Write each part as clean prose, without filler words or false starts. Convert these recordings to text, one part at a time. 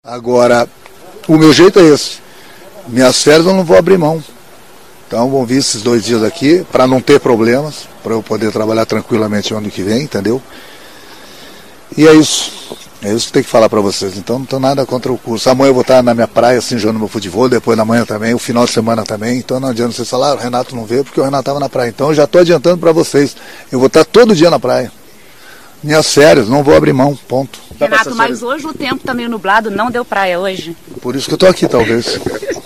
Agora, o meu jeito é esse. Minhas férias eu não vou abrir mão. Então vão vir esses 2 dias aqui para não ter problemas, para eu poder trabalhar tranquilamente o ano que vem, entendeu? E é isso. É isso que tem que falar para vocês. Então não tenho nada contra o curso. Amanhã eu vou estar na minha praia, assim, jogando meu futebol, depois da manhã também, o final de semana também. Então não adianta vocês falar, o Renato não veio porque o Renato estava na praia. Então eu já estou adiantando para vocês. Eu vou estar todo dia na praia. Minhas férias, não vou abrir mão, ponto. Renato, mas hoje o tempo tá meio nublado, não deu praia hoje. Por isso que eu estou aqui, talvez.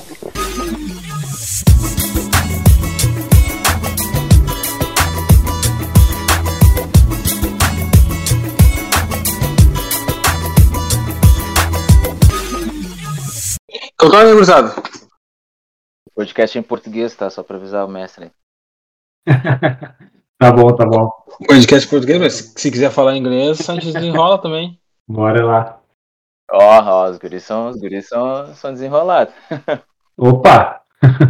Qual é, gurizada? Podcast em português, tá? Só pra avisar o mestre. Tá bom, tá bom. Podcast em português, mas se quiser falar inglês, a gente desenrola também. Bora lá. Ó, os guris são desenrolados. Opa!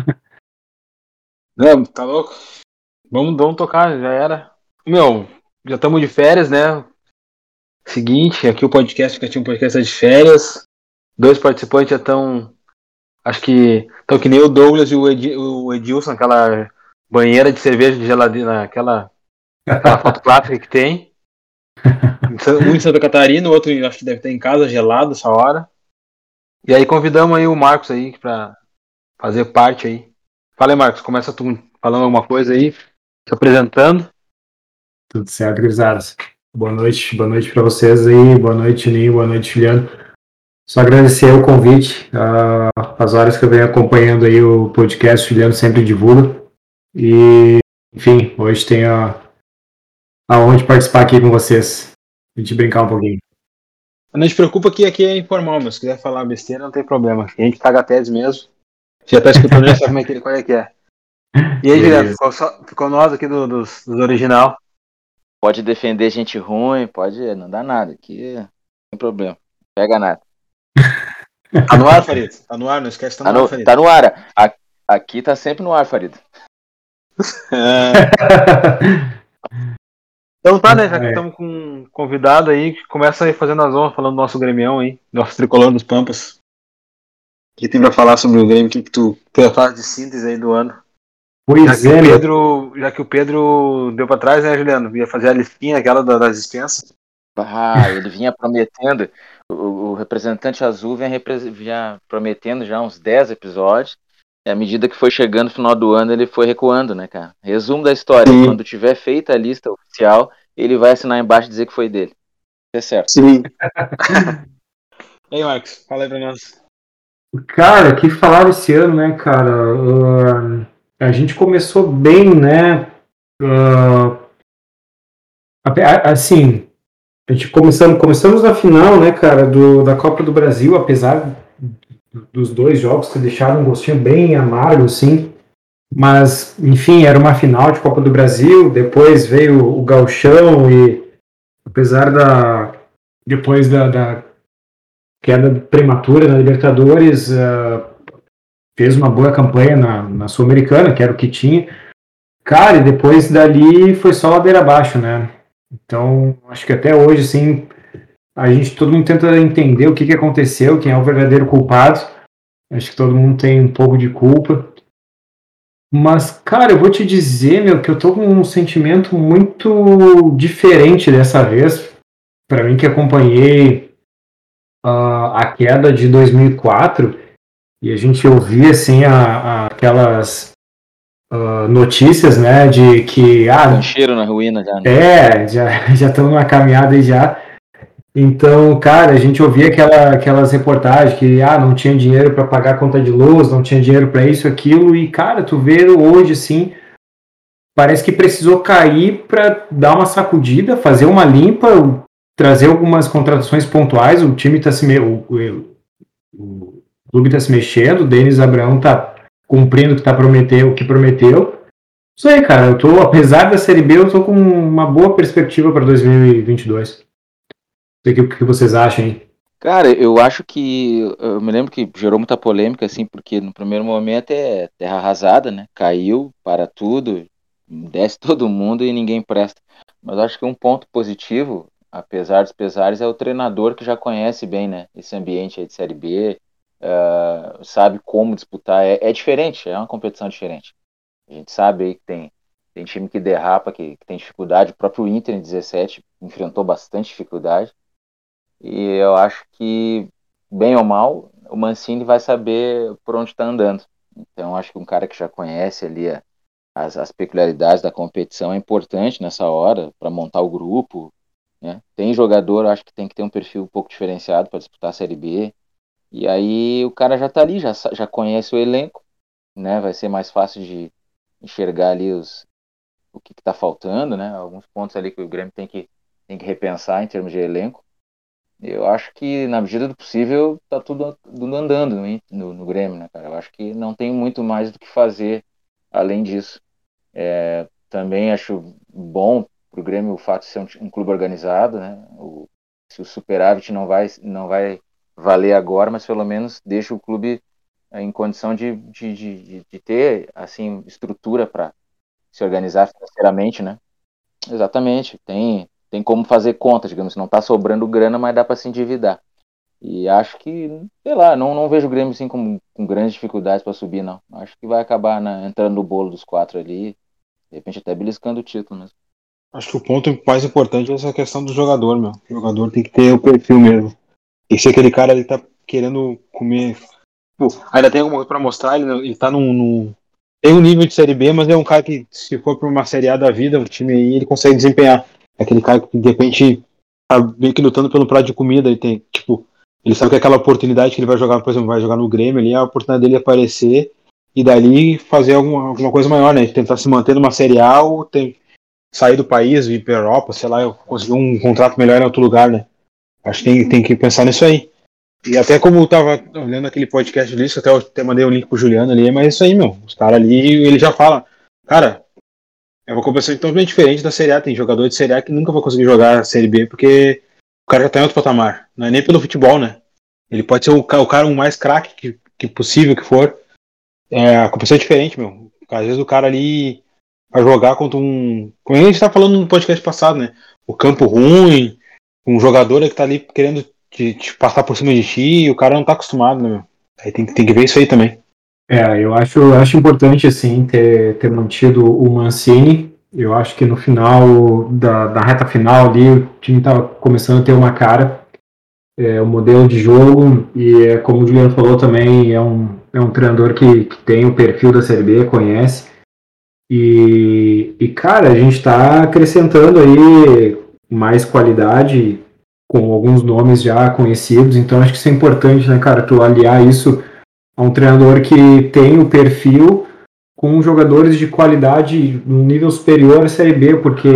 Não, tá louco? Vamos tocar, já era. Meu, já estamos de férias, né? Seguinte, aqui o podcast, que tinha um podcast de férias. 2 participantes já estão. Acho que estão que nem o Douglas e o Edilson, aquela banheira de cerveja de geladeira, aquela foto clássica que tem. Um em Santa Catarina, o outro acho que deve estar em casa, gelado essa hora. E aí convidamos aí o Marcos aí pra fazer parte aí. Fala aí, Marcos, começa tu falando alguma coisa aí, se apresentando. Tudo certo, grisadas. Boa noite para vocês aí. Boa noite, Ninho. Boa noite, Juliano. Só agradecer o convite. As horas que eu venho acompanhando aí o podcast, o Juliano sempre divulga. E, enfim, hoje tenho a honra de participar aqui com vocês. A gente brincar um pouquinho. Não te preocupa que aqui é informal, mas se quiser falar besteira, não tem problema. A gente caga tese mesmo. Já tá escutando, já sabe qual é que é. E aí, Juliano, ficou nós aqui dos original. Pode defender gente ruim, pode. Não dá nada. Aqui não tem problema. Pega nada. Tá no ar, Farid? Tá no ar, não esquece, tá no ar, Farid. Tá no ar. Aqui tá sempre no ar, Farid. Então tá, né? Já que estamos com um convidado aí, começa aí fazendo as honras, falando do nosso gremião aí, nosso tricolor dos Pampas. O que tem pra falar sobre o Grêmio? O que tu tem a fase de síntese aí do ano? Pois já que o Pedro deu pra trás, né, Juliano? Ia fazer a listinha aquela das dispensas. Ele vinha prometendo, o representante azul vinha prometendo já uns 10 episódios, e à medida que foi chegando no final do ano, ele foi recuando, né, cara? Resumo da história, Sim. Quando tiver feita a lista oficial, ele vai assinar embaixo e dizer que foi dele. É certo. Sim. E aí, Marcos, fala aí pra nós. Cara, que falaram esse ano, né, cara? A gente começou bem, né? Assim, a gente começamos na final, né, cara, da Copa do Brasil, apesar dos 2 jogos que deixaram um gostinho bem amargo, assim. Mas, enfim, era uma final de Copa do Brasil, depois veio o Gauchão e, apesar depois da queda prematura na Libertadores, fez uma boa campanha na Sul-Americana, que era o que tinha. Cara, e depois dali foi só ladeira abaixo, né? Então, acho que até hoje, assim, todo mundo tenta entender o que aconteceu, quem é o verdadeiro culpado. Acho que todo mundo tem um pouco de culpa. Mas, cara, eu vou te dizer, meu, que eu tô com um sentimento muito diferente dessa vez. Para mim, que acompanhei a queda de 2004, e a gente ouvia, assim, aquelas notícias, né, de que... Tem um cheiro na ruína já, né? Já estão numa caminhada aí já. Então, cara, a gente ouvia aquelas reportagens que não tinha dinheiro para pagar a conta de luz, não tinha dinheiro para isso, aquilo, e, cara, tu vê hoje, assim, parece que precisou cair para dar uma sacudida, fazer uma limpa, trazer algumas contratações pontuais, o time tá o clube tá se mexendo, o Denis Abraão tá cumprindo o que prometeu. Isso aí, cara, apesar da Série B, eu tô com uma boa perspectiva para 2022. O que vocês acham, hein? Cara, eu acho que... Eu me lembro que gerou muita polêmica, assim, porque no primeiro momento é terra arrasada, né? Caiu, para tudo, desce todo mundo e ninguém presta. Mas eu acho que um ponto positivo apesar dos pesares, é o treinador que já conhece bem, né, esse ambiente aí de Série B, sabe como disputar. É diferente, é uma competição diferente. A gente sabe aí que tem time que derrapa, que tem dificuldade. O próprio Inter em 17 enfrentou bastante dificuldade. E eu acho que, bem ou mal, o Mancini vai saber por onde está andando. Então, acho que um cara que já conhece ali as peculiaridades da competição é importante nessa hora para montar o grupo, né? Tem jogador, acho que tem que ter um perfil um pouco diferenciado para disputar a Série B. E aí o cara já está ali, já conhece o elenco, né? Vai ser mais fácil de enxergar ali o que está faltando, né? Alguns pontos ali que o Grêmio tem que repensar em termos de elenco. Eu acho que, na medida do possível, tá tudo andando no Grêmio, né, cara? Eu acho que não tem muito mais do que fazer além disso. Também acho bom pro Grêmio o fato de ser um clube organizado, né? Se o superávit não vai valer agora, mas pelo menos deixa o clube em condição de ter, assim, estrutura para se organizar financeiramente, né? Exatamente. Tem como fazer conta, digamos, não está sobrando grana, mas dá para se endividar. E acho que, sei lá, não vejo o Grêmio assim com grandes dificuldades para subir, não. Acho que vai acabar, né, entrando no bolo dos 4 ali, de repente até beliscando o título mesmo. Acho que o ponto mais importante é essa questão do jogador, meu. O jogador tem que ter o perfil mesmo. E se aquele cara ele tá querendo comer. Pô, ainda tem alguma coisa pra mostrar, ele tá tem um nível de Série B, mas é um cara que, se for pra uma Série A da vida, um time aí, ele consegue desempenhar. É aquele cara que, de repente, tá meio que lutando pelo prato de comida. Ele tem, tipo, ele sabe que aquela oportunidade que ele vai jogar, por exemplo, vai jogar no Grêmio ali, é a oportunidade dele aparecer e dali fazer alguma coisa maior, né? Tentar se manter numa Série A ou sair do país, ir pra Europa, sei lá, conseguir um contrato melhor em outro lugar, né? Acho que tem que pensar nisso aí. E até como eu tava olhando aquele podcast disso, eu até mandei o link pro Juliano ali, mas é isso aí, meu. Os caras ali, ele já fala, cara, é uma competição totalmente diferente da Série A. Tem jogador de Série A que nunca vai conseguir jogar a Série B porque o cara já tá em outro patamar. Não é nem pelo futebol, né? Ele pode ser o cara o mais craque que possível que for. A competição é diferente, meu. Às vezes o cara ali vai jogar contra um. Como a gente tá falando no podcast passado, né? O campo ruim, um jogador que tá ali querendo te passar por cima de ti e o cara não tá acostumado, né, meu? Aí tem que ver isso aí também. Eu acho importante, assim, ter mantido o Mancini. Eu acho que no final, da reta final ali, o time estava começando a ter uma cara, o modelo de jogo, e como o Juliano falou também, é um treinador que tem o perfil da Série B, conhece. Cara, a gente está acrescentando aí mais qualidade com alguns nomes já conhecidos, então acho que isso é importante, né, cara, tu aliar isso a um treinador que tem o perfil com jogadores de qualidade no nível superior à Série B, porque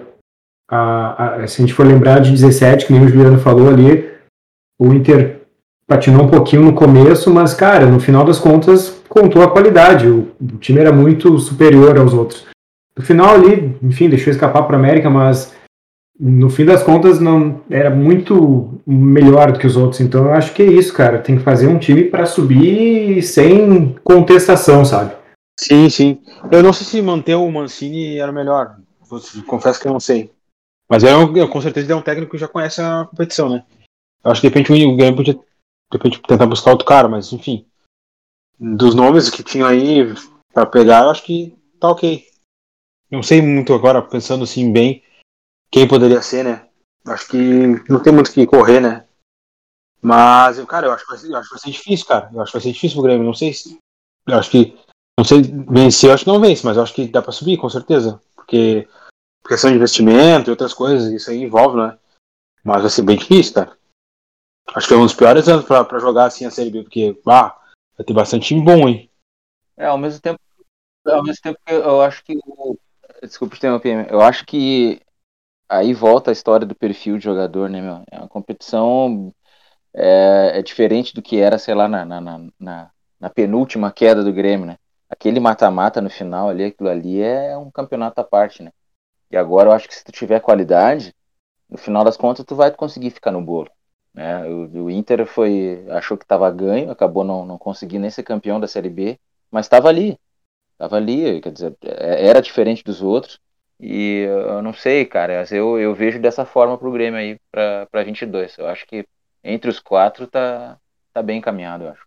se a gente for lembrar de 17, que nem o Juliano falou ali, o Inter patinou um pouquinho no começo, mas, cara, no final das contas, contou a qualidade. O time era muito superior aos outros. No final ali, enfim, deixou escapar para a América, mas no fim das contas não era muito melhor do que os outros. Então eu acho que é isso, cara. Tem que fazer um time para subir sem contestação, sabe? Sim, sim. Eu não sei se manter o Mancini era melhor. Confesso que eu não sei. Mas com certeza ele é um técnico que já conhece a competição, né? Eu acho que de repente o Grêmio podia de repente, tentar buscar outro cara, mas enfim. Dos nomes que tinham aí pra pegar, eu acho que tá ok. Não sei muito agora, pensando assim bem, quem poderia ser, né? Acho que não tem muito o que correr, né? Mas, cara, eu acho que vai ser difícil, cara. Eu acho que vai ser difícil pro Grêmio. Não sei se. Eu acho que. Não sei, vencer, eu acho que não vence, mas eu acho que dá pra subir, com certeza. Porque questão de investimento e outras coisas, isso aí envolve, né? Mas vai ser bem difícil, cara. Acho que é um dos piores anos pra jogar assim a Série B, porque, vai ter bastante time bom, hein? Ao mesmo tempo que eu acho que desculpa te interromper, eu acho que aí volta a história do perfil de jogador, né, meu? É uma competição diferente do que era, sei lá, na penúltima queda do Grêmio, né? Aquele mata-mata no final ali, aquilo ali é um campeonato à parte, né? E agora eu acho que se tu tiver qualidade, no final das contas tu vai conseguir ficar no bolo, né? O Inter achou que estava ganho, acabou não conseguindo nem ser campeão da Série B, mas estava ali, quer dizer, era diferente dos outros E eu não sei, cara, eu vejo dessa forma pro Grêmio aí pra 22. Eu acho que entre os 4 tá bem encaminhado, eu acho.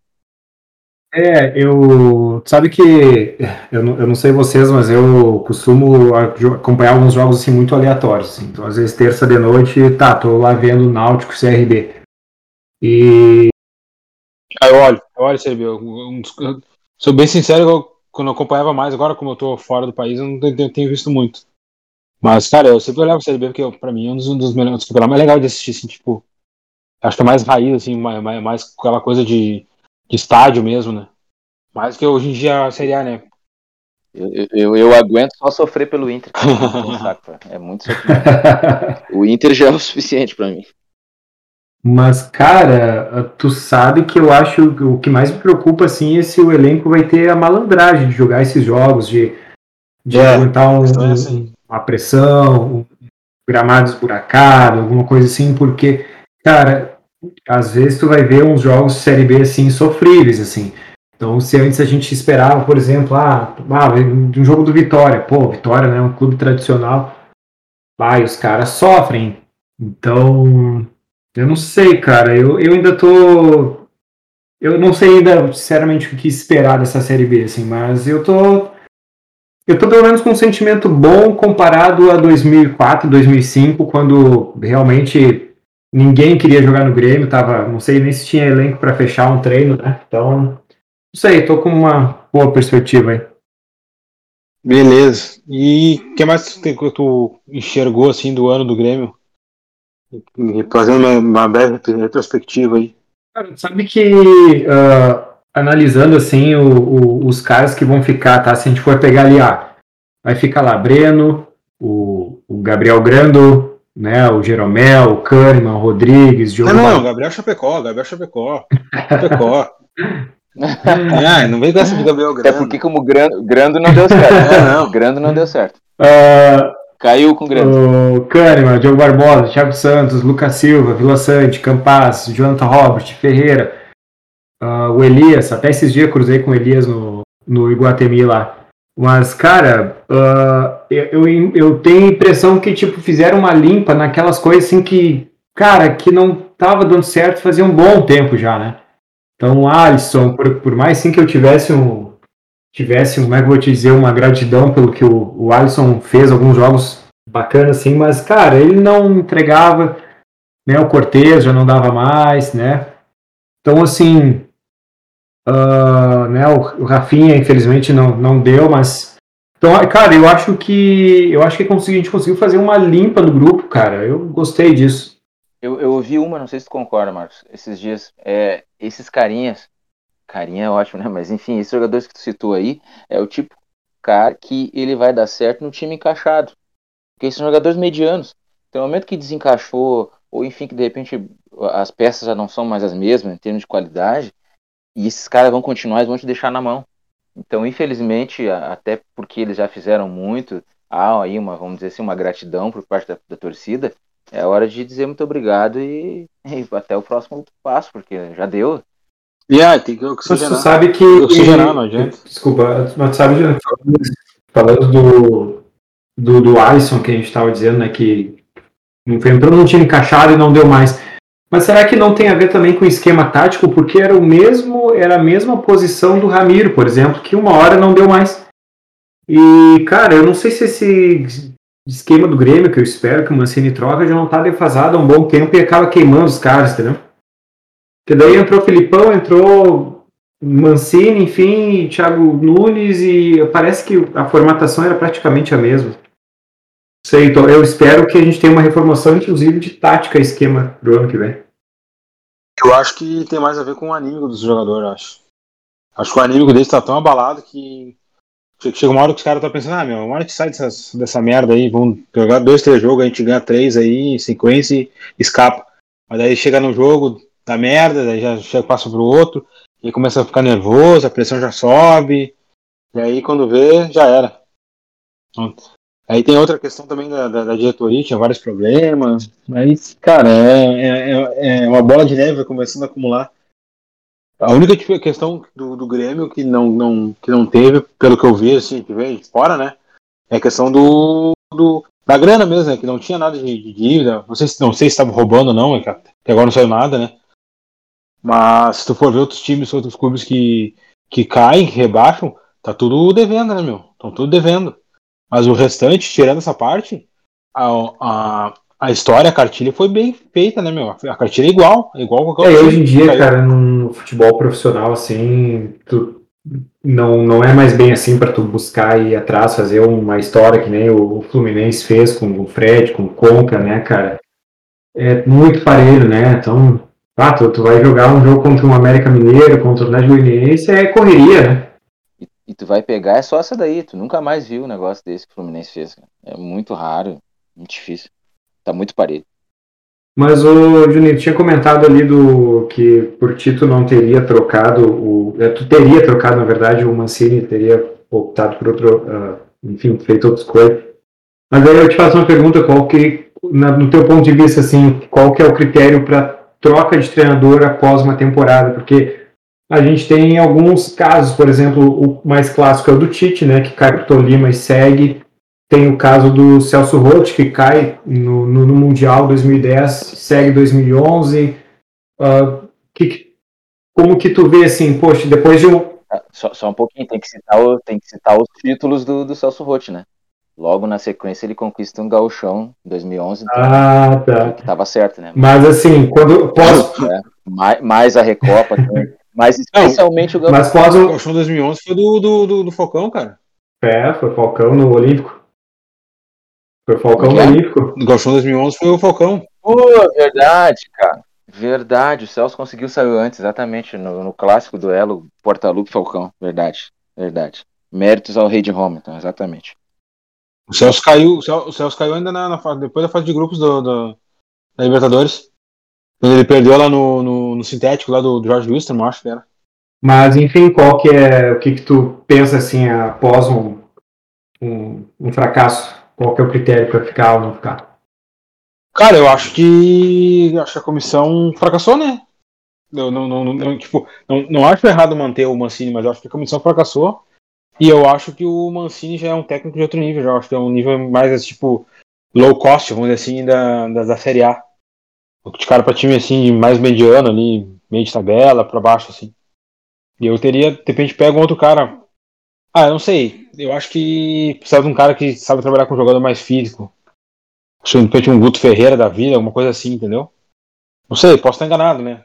Sabe que eu não sei vocês, mas eu costumo acompanhar alguns jogos assim muito aleatórios. Assim. Então, às vezes, terça de noite, tô lá vendo Náutico CRB. E. Eu olho CRB. Sou bem sincero, quando eu acompanhava mais, agora como eu tô fora do país, eu não tenho visto muito. Mas, cara, eu sempre olhava o CRB porque pra mim é um dos melhores campeonatos mais legais de assistir, assim, tipo. Acho que é mais raiz, assim, mais aquela coisa de estádio mesmo, né? Mais que hoje em dia a Série A, né? Eu aguento só sofrer pelo Inter, cara. Eu não tenho saco, cara. É muito sofrimento. O Inter já é o suficiente pra mim. Mas, cara, tu sabe que eu acho que o que mais me preocupa assim é se o elenco vai ter a malandragem de jogar esses jogos, de aguentar uma pressão, um gramado esburacado, alguma coisa assim, porque, cara, às vezes tu vai ver uns jogos de Série B assim sofríveis, assim. Então, se antes a gente esperava, por exemplo, de um jogo do Vitória, pô, Vitória, né, um clube tradicional, e os caras sofrem. Então, eu não sei, cara, eu ainda tô. Eu não sei ainda, sinceramente, o que esperar dessa Série B, assim, mas eu tô pelo menos com um sentimento bom comparado a 2004, 2005, quando realmente ninguém queria jogar no Grêmio, não sei nem se tinha elenco para fechar um treino, né? Então, não sei, tô com uma boa perspectiva aí. Beleza. E o que mais tu enxergou, assim, do ano do Grêmio? E fazendo uma breve retrospectiva aí. Cara, sabe que analisando assim os caras que vão ficar, tá? Se a gente for pegar ali, vai ficar lá Breno, o Gabriel Grando, né? O Jeromel, o Kahneman, o Rodrigues, Diogo Não, Gabriel Chapecó. Chapecó. Não vem com essa de Gabriel Grando. Até porque como Grando não deu certo. Não. Grando não deu certo. Uh, Caiu com o Grando. O Kahneman, Diogo Barbosa, Thiago Santos, Lucas Silva, Vila Sante, Campas, Jonathan Robert, Ferreira, o Elias, até esses dias cruzei com o Elias no Iguatemi lá. Mas, cara, eu tenho a impressão que, tipo, fizeram uma limpa naquelas coisas assim que, cara, que não tava dando certo fazia um bom tempo já, né? Então, o Alisson, por mais sim que eu tivesse como é que eu vou te dizer, uma gratidão pelo que o Alisson fez, alguns jogos bacanas, assim, mas, cara, ele não entregava, né? O Cortez já não dava mais, né? Então, assim, né, o Rafinha, infelizmente, não deu, mas... Então, cara, eu acho que a gente conseguiu fazer uma limpa no grupo, cara. Eu gostei disso. Eu ouvi uma, não sei se tu concorda, Marcos, esses dias, esses carinha é ótimo, né? Mas enfim, esses jogadores que tu citou aí, é o tipo cara que ele vai dar certo no time encaixado. Porque esses são jogadores medianos. Então, no momento que desencaixou, ou enfim, que de repente as peças já não são mais as mesmas em termos de qualidade, e esses caras vão continuar, eles vão te deixar na mão. Então, infelizmente, até porque eles já fizeram muito, há aí vamos dizer assim, uma gratidão por parte da torcida, é hora de dizer muito obrigado e até o próximo passo, porque já deu. Tem que oxigenar. Mas tu sabe que... Oxigenar, não adianta. Desculpa, mas tu sabe, falando do Alisson, que a gente estava dizendo, né, que entrou num time encaixado e não deu mais. Mas será que não tem a ver também com o esquema tático? Porque era a mesma posição do Ramiro, por exemplo, que uma hora não deu mais. E, cara, eu não sei se esse esquema do Grêmio, que eu espero que o Mancini troca, já não tá defasado há um bom tempo e acaba queimando os caras, entendeu? Porque daí entrou Felipão, entrou Mancini, enfim, Thiago Nunes, e parece que a formatação era praticamente a mesma. Sei, então eu espero que a gente tenha uma reformação, inclusive, de tática e esquema pro ano que vem. Eu acho que tem mais a ver com o anímico dos jogadores, acho. Acho que o anímico deles tá tão abalado que chega uma hora que os caras estão pensando, uma hora que sai dessa merda aí, vamos jogar 2, 3 jogos, a gente ganha 3 aí em sequência e escapa. Mas daí chega no jogo, dá merda, daí já passa pro outro, e começa a ficar nervoso, a pressão já sobe, e aí quando vê, já era. Aí tem outra questão também da diretoria, tinha vários problemas, mas, cara, é uma bola de neve começando a acumular. A única questão do Grêmio que não teve, pelo que eu vi, assim, que veio de fora, né, é a questão do da grana mesmo, né? Que não tinha nada de dívida. Não sei se estavam roubando ou não, que agora não saiu nada, né? Mas se tu for ver outros times, outros clubes que caem, que rebaixam, tá tudo devendo, né, meu? Estão tudo devendo. Mas o restante, tirando essa parte, a história, a cartilha foi bem feita, né, meu? A cartilha é igual qualquer outro Hoje em dia, caiu. cara, no futebol profissional, assim, não é mais bem assim para tu buscar ir atrás, fazer uma história que nem o Fluminense fez com o Fred, com o Conca, né, cara? É muito parelho, né? Então, tu vai jogar um jogo contra um América Mineiro, contra o Atlético Goianiense, é correria, né? E tu vai pegar, é só essa daí. Tu nunca mais viu um negócio desse que o Fluminense fez, cara. É muito raro, muito difícil. Tá muito parelho. Mas o Juninho tinha comentado ali do que por ti tu não teria trocado tu teria trocado, na verdade, o Mancini teria optado por outro, enfim, feito outra escolha. Mas aí eu te faço uma pergunta, no teu ponto de vista, assim, qual que é o critério para troca de treinador após uma temporada? Porque a gente tem alguns casos, por exemplo, o mais clássico é o do Tite, né, que cai para o Tolima e segue. Tem o caso do Celso Roth, que cai no Mundial 2010, segue 2011. Como que tu vê, assim, poxa, depois de um... Só um pouquinho, tem que citar os títulos do Celso Roth, né? Logo na sequência ele conquista um gauchão em 2011, então, tá. que tava certo, né? Mas assim, quando mais a Recopa, mas especialmente o gauchão. Mas pós O gauchão 2011 foi do Falcão, cara. Foi Falcão no Olímpico. Foi Falcão no Olímpico. O gauchão 2011 foi o Falcão. Pô, verdade, cara. Verdade, o Celso conseguiu sair antes, exatamente, no clássico duelo Portalupe-Falcão. Verdade. Méritos ao rei de Roma, então, exatamente. O Celso caiu ainda depois da fase de grupos da Libertadores. Quando ele perdeu lá no sintético lá do Jorge Wilstermann, acho que era. Mas, enfim, o que tu pensa, assim, após um fracasso? Qual que é o critério para ficar ou não ficar? Cara, eu acho que a comissão fracassou, né? Eu não acho errado manter o Mancini, mas eu acho que a comissão fracassou. E eu acho que o Mancini já é um técnico de outro nível, já acho que é um nível mais, tipo, low cost, vamos dizer assim, da Série A. De cara pra time, assim, mais mediano ali, meio de tabela, pra baixo, assim. E eu teria, de repente, pega um outro cara. Eu não sei. Eu acho que precisa de um cara que sabe trabalhar com um jogador mais físico. De repente, um Guto Ferreira da vida, alguma coisa assim, entendeu? Não sei, posso estar enganado, né?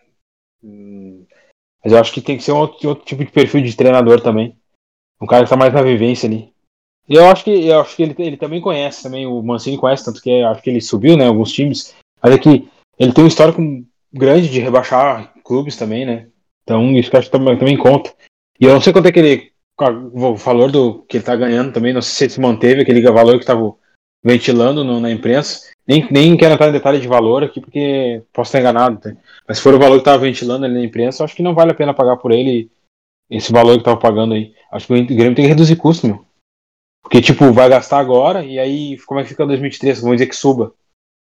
Mas eu acho que tem que ser um outro tipo de perfil de treinador também. Um cara que tá mais na vivência ali. E eu acho que ele também conhece, também o Mancini conhece, tanto que acho que ele subiu, né, alguns times. Mas é que ele tem um histórico grande de rebaixar clubes também, né? Então isso que eu acho que também conta. E eu não sei quanto é que o valor do que ele tá ganhando também, não sei se ele se manteve aquele valor que estava ventilando na imprensa. Nem quero entrar em detalhe de valor aqui, porque posso estar enganado. Tá? Mas se for o valor que estava ventilando ali na imprensa, eu acho que não vale a pena pagar por ele esse valor que estava pagando aí. Acho que o Grêmio tem que reduzir custo, meu. Porque, tipo, vai gastar agora, e aí como é que fica 2023? Vamos dizer que suba.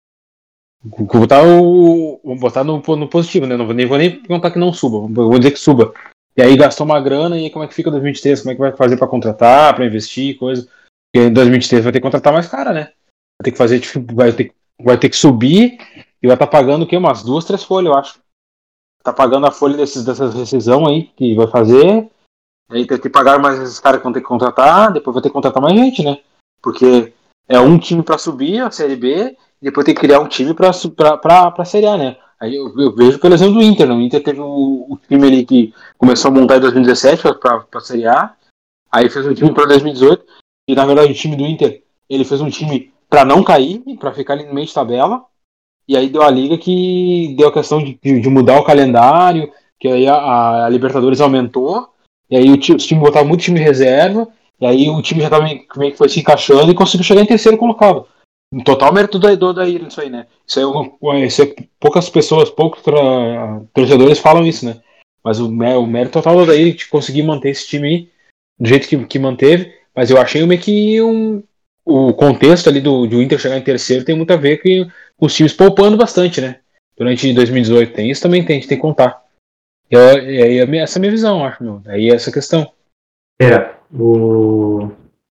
Vou botar no positivo, né? Não vou nem contar que não suba, vou dizer que suba. E aí gastou uma grana, e aí como é que fica 2023? Como é que vai fazer para contratar, para investir, coisa? Porque em 2023 vai ter que contratar mais cara, né? Vai ter que fazer, tipo, vai ter que subir e vai estar pagando o quê? Umas 2, 3 folhas, eu acho. Tá pagando a folha dessas rescisão aí que vai fazer. Aí tem que pagar mais esses caras que vão ter que contratar, depois vai ter que contratar mais gente, né? Porque é um time para subir a Série B, e depois tem que criar um time para a Série A, né? Aí eu vejo, por exemplo, o Inter. Né? O Inter teve o time ali que começou a montar em 2017 para a Série A, aí fez um time para 2018, e na verdade o time do Inter, ele fez um time para não cair, para ficar ali no meio de tabela, e aí deu a liga que deu a questão de mudar o calendário, que aí a Libertadores aumentou, e aí os times botavam muito time reserva, e aí o time já tava meio que foi se encaixando e conseguiu chegar em terceiro colocado. Em total mérito do Daíra isso aí, né? Isso aí poucas pessoas, poucos torcedores falam isso, né? Mas o mérito total do Daíra de conseguir manter esse time aí, do jeito que manteve, mas eu achei meio que o contexto ali do Inter chegar em terceiro tem muito a ver com os times poupando bastante, né? Durante 2018 tem isso também, a gente tem que contar. E aí essa é a minha visão, acho, meu. Aí é essa questão.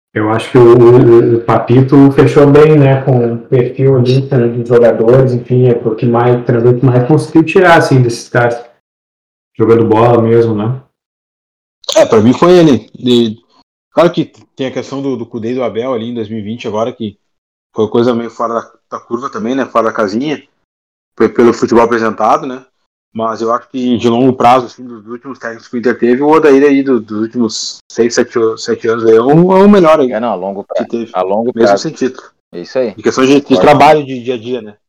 Eu acho que o Papito fechou bem, né, com o perfil ali dos jogadores, enfim, é porque o treinador que mais conseguiu tirar, assim, desses caras, jogando bola mesmo, né? Pra mim foi ele. Claro que tem a questão do Kudê e do Abel ali em 2020 agora, que foi coisa meio fora da curva também, né? Fora da casinha, pelo futebol apresentado, né? Mas eu acho que de longo prazo, assim, dos últimos técnicos que o Inter teve, o Odair aí dos últimos 6, 7 anos aí é o melhor aí Não, a longo que prazo. teve. A longo Mesmo prazo. sem título. É isso aí. Em questão de trabalho de dia a dia, né?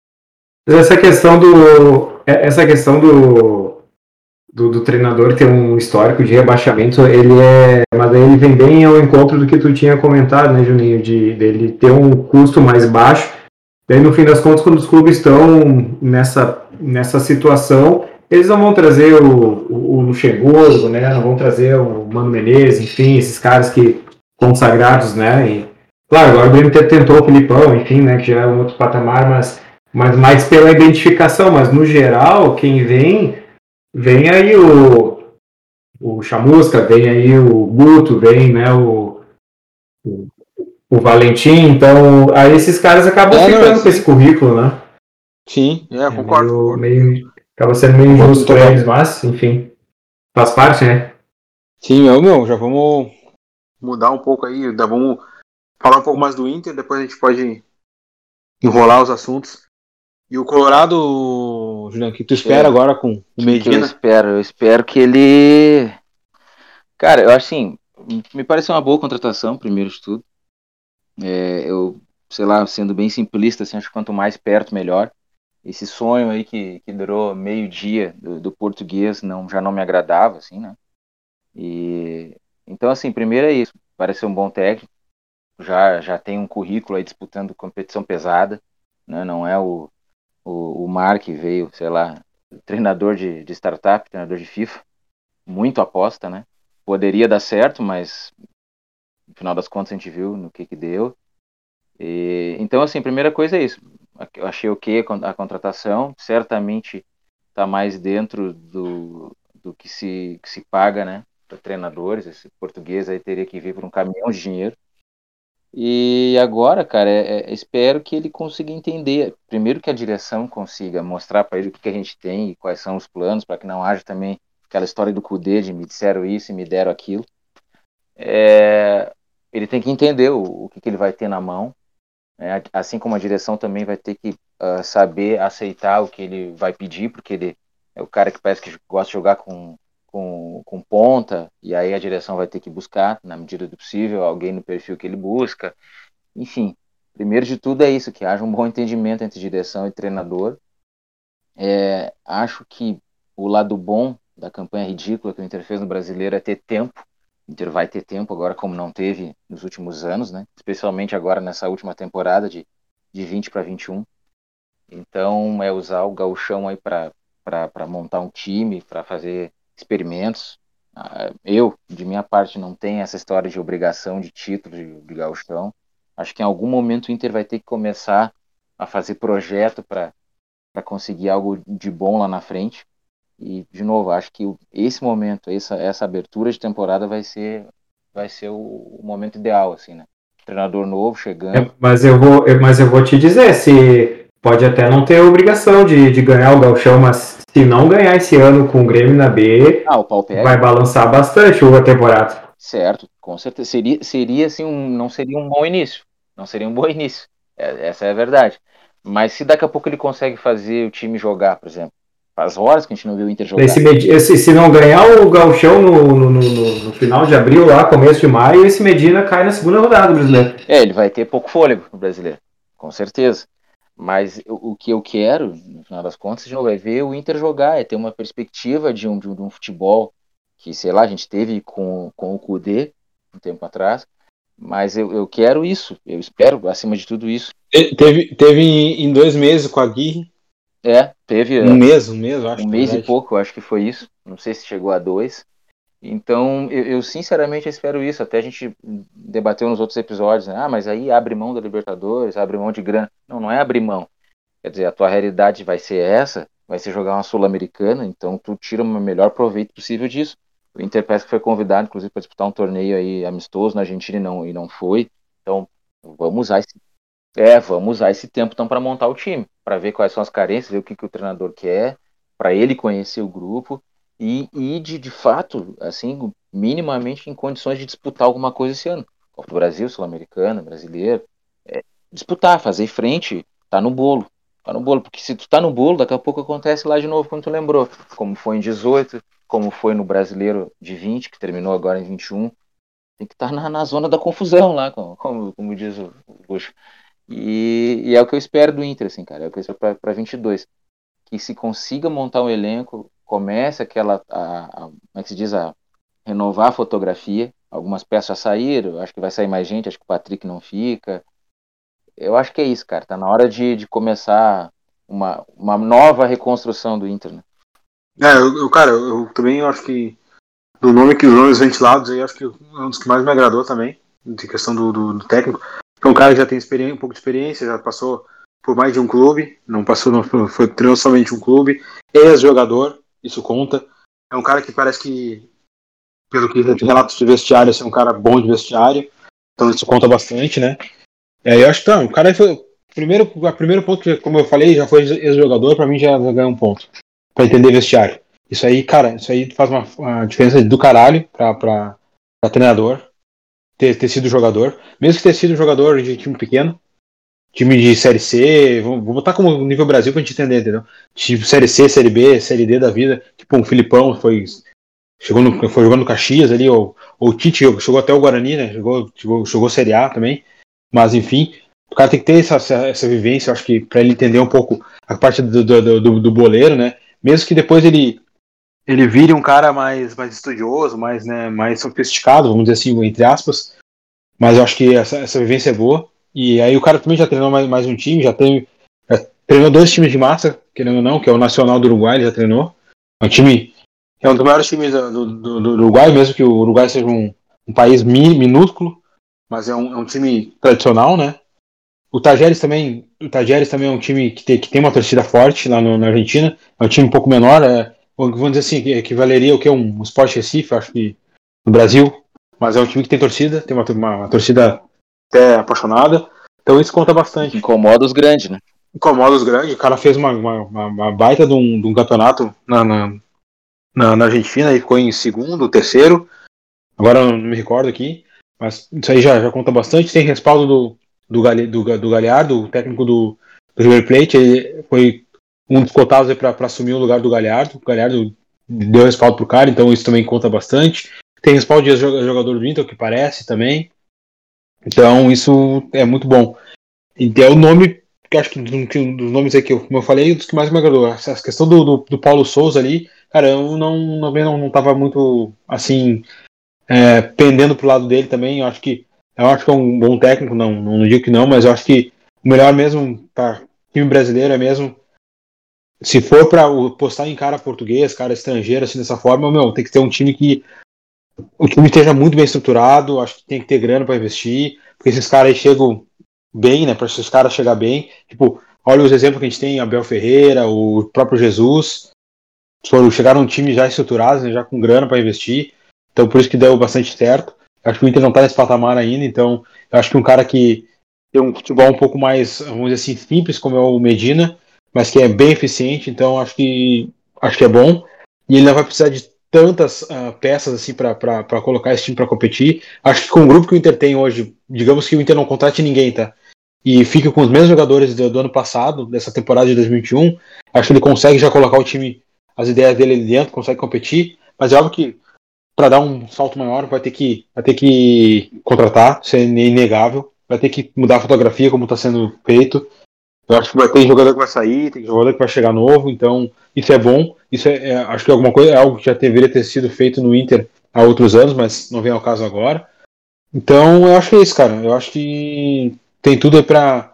Essa questão do treinador ter um histórico de rebaixamento, mas aí ele vem bem ao encontro do que tu tinha comentado, né, Juninho, dele ter um custo mais baixo. Daí, no fim das contas, quando os clubes estão nessa situação, eles não vão trazer o Luxemburgo, né, não vão trazer o Mano Menezes, enfim, esses caras que consagrados, né, e, claro, agora o Grêmio tentou o Filipão, enfim, né, que já é um outro patamar, mas mais pela identificação, mas no geral, quem vem aí o Chamusca, vem aí o Guto, vem, né, o Valentim, então aí esses caras acabam ficando com esse currículo, né? Sim, concordo. Acaba sendo meio Concordo injusto para total. eles, mas, enfim, faz parte, né? Sim, já vamos mudar um pouco aí, vamos falar um pouco mais do Inter, depois a gente pode enrolar os assuntos. E o Colorado, Juliano, o que tu espera agora com o que eu Medina? espero? Eu espero que ele... Cara, eu acho assim, me parece uma boa contratação, primeiro de tudo. Eu, sei lá, sendo bem simplista, assim, acho que quanto mais perto, melhor. Esse sonho aí que durou meio dia do português já não me agradava, assim, né? E então, assim, primeiro é isso. Parece ser um bom técnico. Já tem um currículo aí disputando competição pesada, né? Não é o Mar que veio, sei lá, treinador de startup, treinador de FIFA. Muito aposta, né? Poderia dar certo, mas no final das contas a gente viu no que deu. Então, assim, primeira coisa é isso. Eu achei ok a contratação. Certamente está mais dentro do que se paga, né, para treinadores. Esse português aí teria que vir por um caminhão de dinheiro. E agora, cara, espero que ele consiga entender. Primeiro que a direção consiga mostrar para ele o que a gente tem e quais são os planos, para que não haja também aquela história do Cudê de me disseram isso e me deram aquilo. Ele tem que entender o que ele vai ter na mão, né? Assim como a direção também vai ter que saber aceitar o que ele vai pedir, porque ele é o cara que parece que gosta de jogar com ponta, e aí a direção vai ter que buscar, na medida do possível, alguém no perfil que ele busca. Enfim, primeiro de tudo é isso, que haja um bom entendimento entre direção e treinador. Acho que o lado bom da campanha ridícula que o Inter fez no Brasileiro é ter tempo. O Inter vai ter tempo agora, como não teve nos últimos anos, né? Especialmente agora nessa última temporada de 20 para 21. Então, é usar o gauchão aí para montar um time, para fazer experimentos. Eu, de minha parte, não tenho essa história de obrigação de título de gauchão. Acho que em algum momento o Inter vai ter que começar a fazer projeto para conseguir algo de bom lá na frente. E, de novo, acho que esse momento, essa abertura de temporada vai ser o momento ideal, assim, né? Treinador novo chegando. Mas eu vou te dizer, se pode até não ter obrigação de ganhar o Gauchão, mas se não ganhar esse ano com o Grêmio na B, O pau pega. vai balançar bastante a temporada. Certo, com certeza. Seria assim, não seria um bom início. Não seria um bom início. Essa é a verdade. Mas se daqui a pouco ele consegue fazer o time jogar, por exemplo, faz horas que a gente não viu o Inter jogar. Se não ganhar o Gauchão no final de abril, lá, começo de maio, esse Medina cai na segunda rodada do Brasileiro. Ele vai ter pouco fôlego no Brasileiro, com certeza. Mas o que eu quero, no final das contas, de novo, é ver o Inter jogar, é ter uma perspectiva de um futebol que, sei lá, a gente teve com o Kudê um tempo atrás. Mas eu quero isso, eu espero, acima de tudo isso. Teve em 2 meses com a Aguirre. Teve um mês, acho. um mês e pouco, eu acho que foi isso. Não sei se chegou a 2. Então, eu sinceramente espero isso. Até a gente debateu nos outros episódios, né? Mas aí abre mão da Libertadores, abre mão de grana. Não é abrir mão. Quer dizer, a tua realidade vai ser essa, vai ser jogar uma Sul-Americana, então tu tira o melhor proveito possível disso. O Inter parece que foi convidado, inclusive, para disputar um torneio aí amistoso na Argentina e não foi. Então, vamos usar esse tempo então para montar o time, para ver quais são as carências, ver o que o treinador quer, para ele conhecer o grupo e de fato, assim, minimamente em condições de disputar alguma coisa esse ano. Copa do Brasil, Sul-Americana, Brasileiro. Disputar, fazer frente, tá no bolo. Tá no bolo, porque se tu tá no bolo, daqui a pouco acontece lá de novo, como tu lembrou. Como foi em 18, como foi no Brasileiro de 20, que terminou agora em 21. Tem que estar na zona da confusão lá, como diz o Bush. E é o que eu espero do Inter, assim, cara. É o que eu espero para 22. Que se consiga montar um elenco, comece como é que se diz, a renovar a fotografia. Algumas peças já saíram, acho que vai sair mais gente, acho que o Patrick não fica. Eu acho que é isso, cara. Tá na hora de começar uma nova reconstrução do Inter, né? Cara, eu também acho que do nome que os nomes ventilados aí, acho que é um dos que mais me agradou também, de questão do técnico. É um cara que já tem um pouco de experiência, já passou por mais de um clube, não treinou somente um clube, ex-jogador, isso conta. É um cara que parece que, pelo que relatos de vestiário, é um cara bom de vestiário, então isso conta bastante, né? Eu acho que o cara foi primeiro ponto que, como eu falei, já foi ex-jogador, pra mim já ganhou um ponto, pra entender vestiário. Isso aí, cara, isso aí faz uma diferença do caralho pra treinador ter sido jogador. Mesmo que ter sido jogador de time pequeno, time de Série C, vou botar como nível Brasil pra gente entender, entendeu? Tipo Série C, Série B, Série D da vida. Tipo um Filipão foi jogando no Caxias ali, ou o Tite chegou até o Guarani, né? Jogou Série A também. Mas enfim, o cara tem que ter essa vivência, eu acho que pra ele entender um pouco a parte do boleiro, né? Mesmo que depois ele vire um cara mais estudioso, mais sofisticado, vamos dizer assim, entre aspas. Mas eu acho que essa vivência é boa. E aí o cara também já treinou mais um time, já treinou 2 times de massa, querendo ou não, que é o Nacional do Uruguai, ele já treinou. É um time, é um dos maiores times do Uruguai, mesmo que o Uruguai seja um país minúsculo, mas é um time tradicional, né? O Tajeres também é um time que tem uma torcida forte lá na Argentina. É um time um pouco menor, vamos dizer assim, que equivaleria o que um Sport Recife, acho que no Brasil. Mas é um time que tem torcida, tem uma torcida até apaixonada. Então isso conta bastante. Incomoda os grandes, né? Incomoda os grandes. O cara fez uma baita de um campeonato na Argentina e ficou em segundo, terceiro. Agora eu não me recordo aqui. Mas isso aí já conta bastante. Tem respaldo do Galhardo, o técnico do River Plate. Ele foi um dos cotados para assumir o lugar do Galhardo. O Galhardo deu respaldo pro cara, então isso também conta bastante. Tem respaldo de jogador do Inter, que parece também. Então isso é muito bom. E é o nome, que acho que dos nomes aí como eu falei, dos que mais me agradou. Essa questão do Paulo Souza ali, cara, eu não tava muito assim, pendendo pro lado dele também. Eu acho que é um bom técnico, não digo que não, mas eu acho que o melhor mesmo para time brasileiro é mesmo, se for para postar em cara português, cara estrangeiro, assim, dessa forma, tem que ter um time que o time esteja muito bem estruturado, acho que tem que ter grana para investir, porque esses caras aí chegam bem, né, para esses caras chegar bem, tipo, olha os exemplos que a gente tem, Abel Ferreira, o próprio Jesus, chegaram um time já estruturados, né, já com grana para investir, então por isso que deu bastante certo. Acho que o Inter não está nesse patamar ainda, então eu acho que um cara que tem um futebol um pouco mais, vamos dizer assim, simples, como é o Medina, mas que é bem eficiente, então acho que é bom. E ele não vai precisar de tantas peças assim para colocar esse time para competir. Acho que com o grupo que o Inter tem hoje, digamos que o Inter não contrate ninguém, tá? E fica com os mesmos jogadores do ano passado, dessa temporada de 2021, acho que ele consegue já colocar o time, as ideias dele ali dentro, consegue competir, mas é óbvio que para dar um salto maior vai ter que contratar, isso é inegável, vai ter que mudar a fotografia como está sendo feito. Eu acho que vai ter jogador que vai sair, tem jogador que vai chegar novo, então isso é bom. Isso acho que alguma coisa é algo que já deveria ter sido feito no Inter há outros anos, mas não vem ao caso agora. Então eu acho que é isso, cara. Eu acho que tem tudo aí para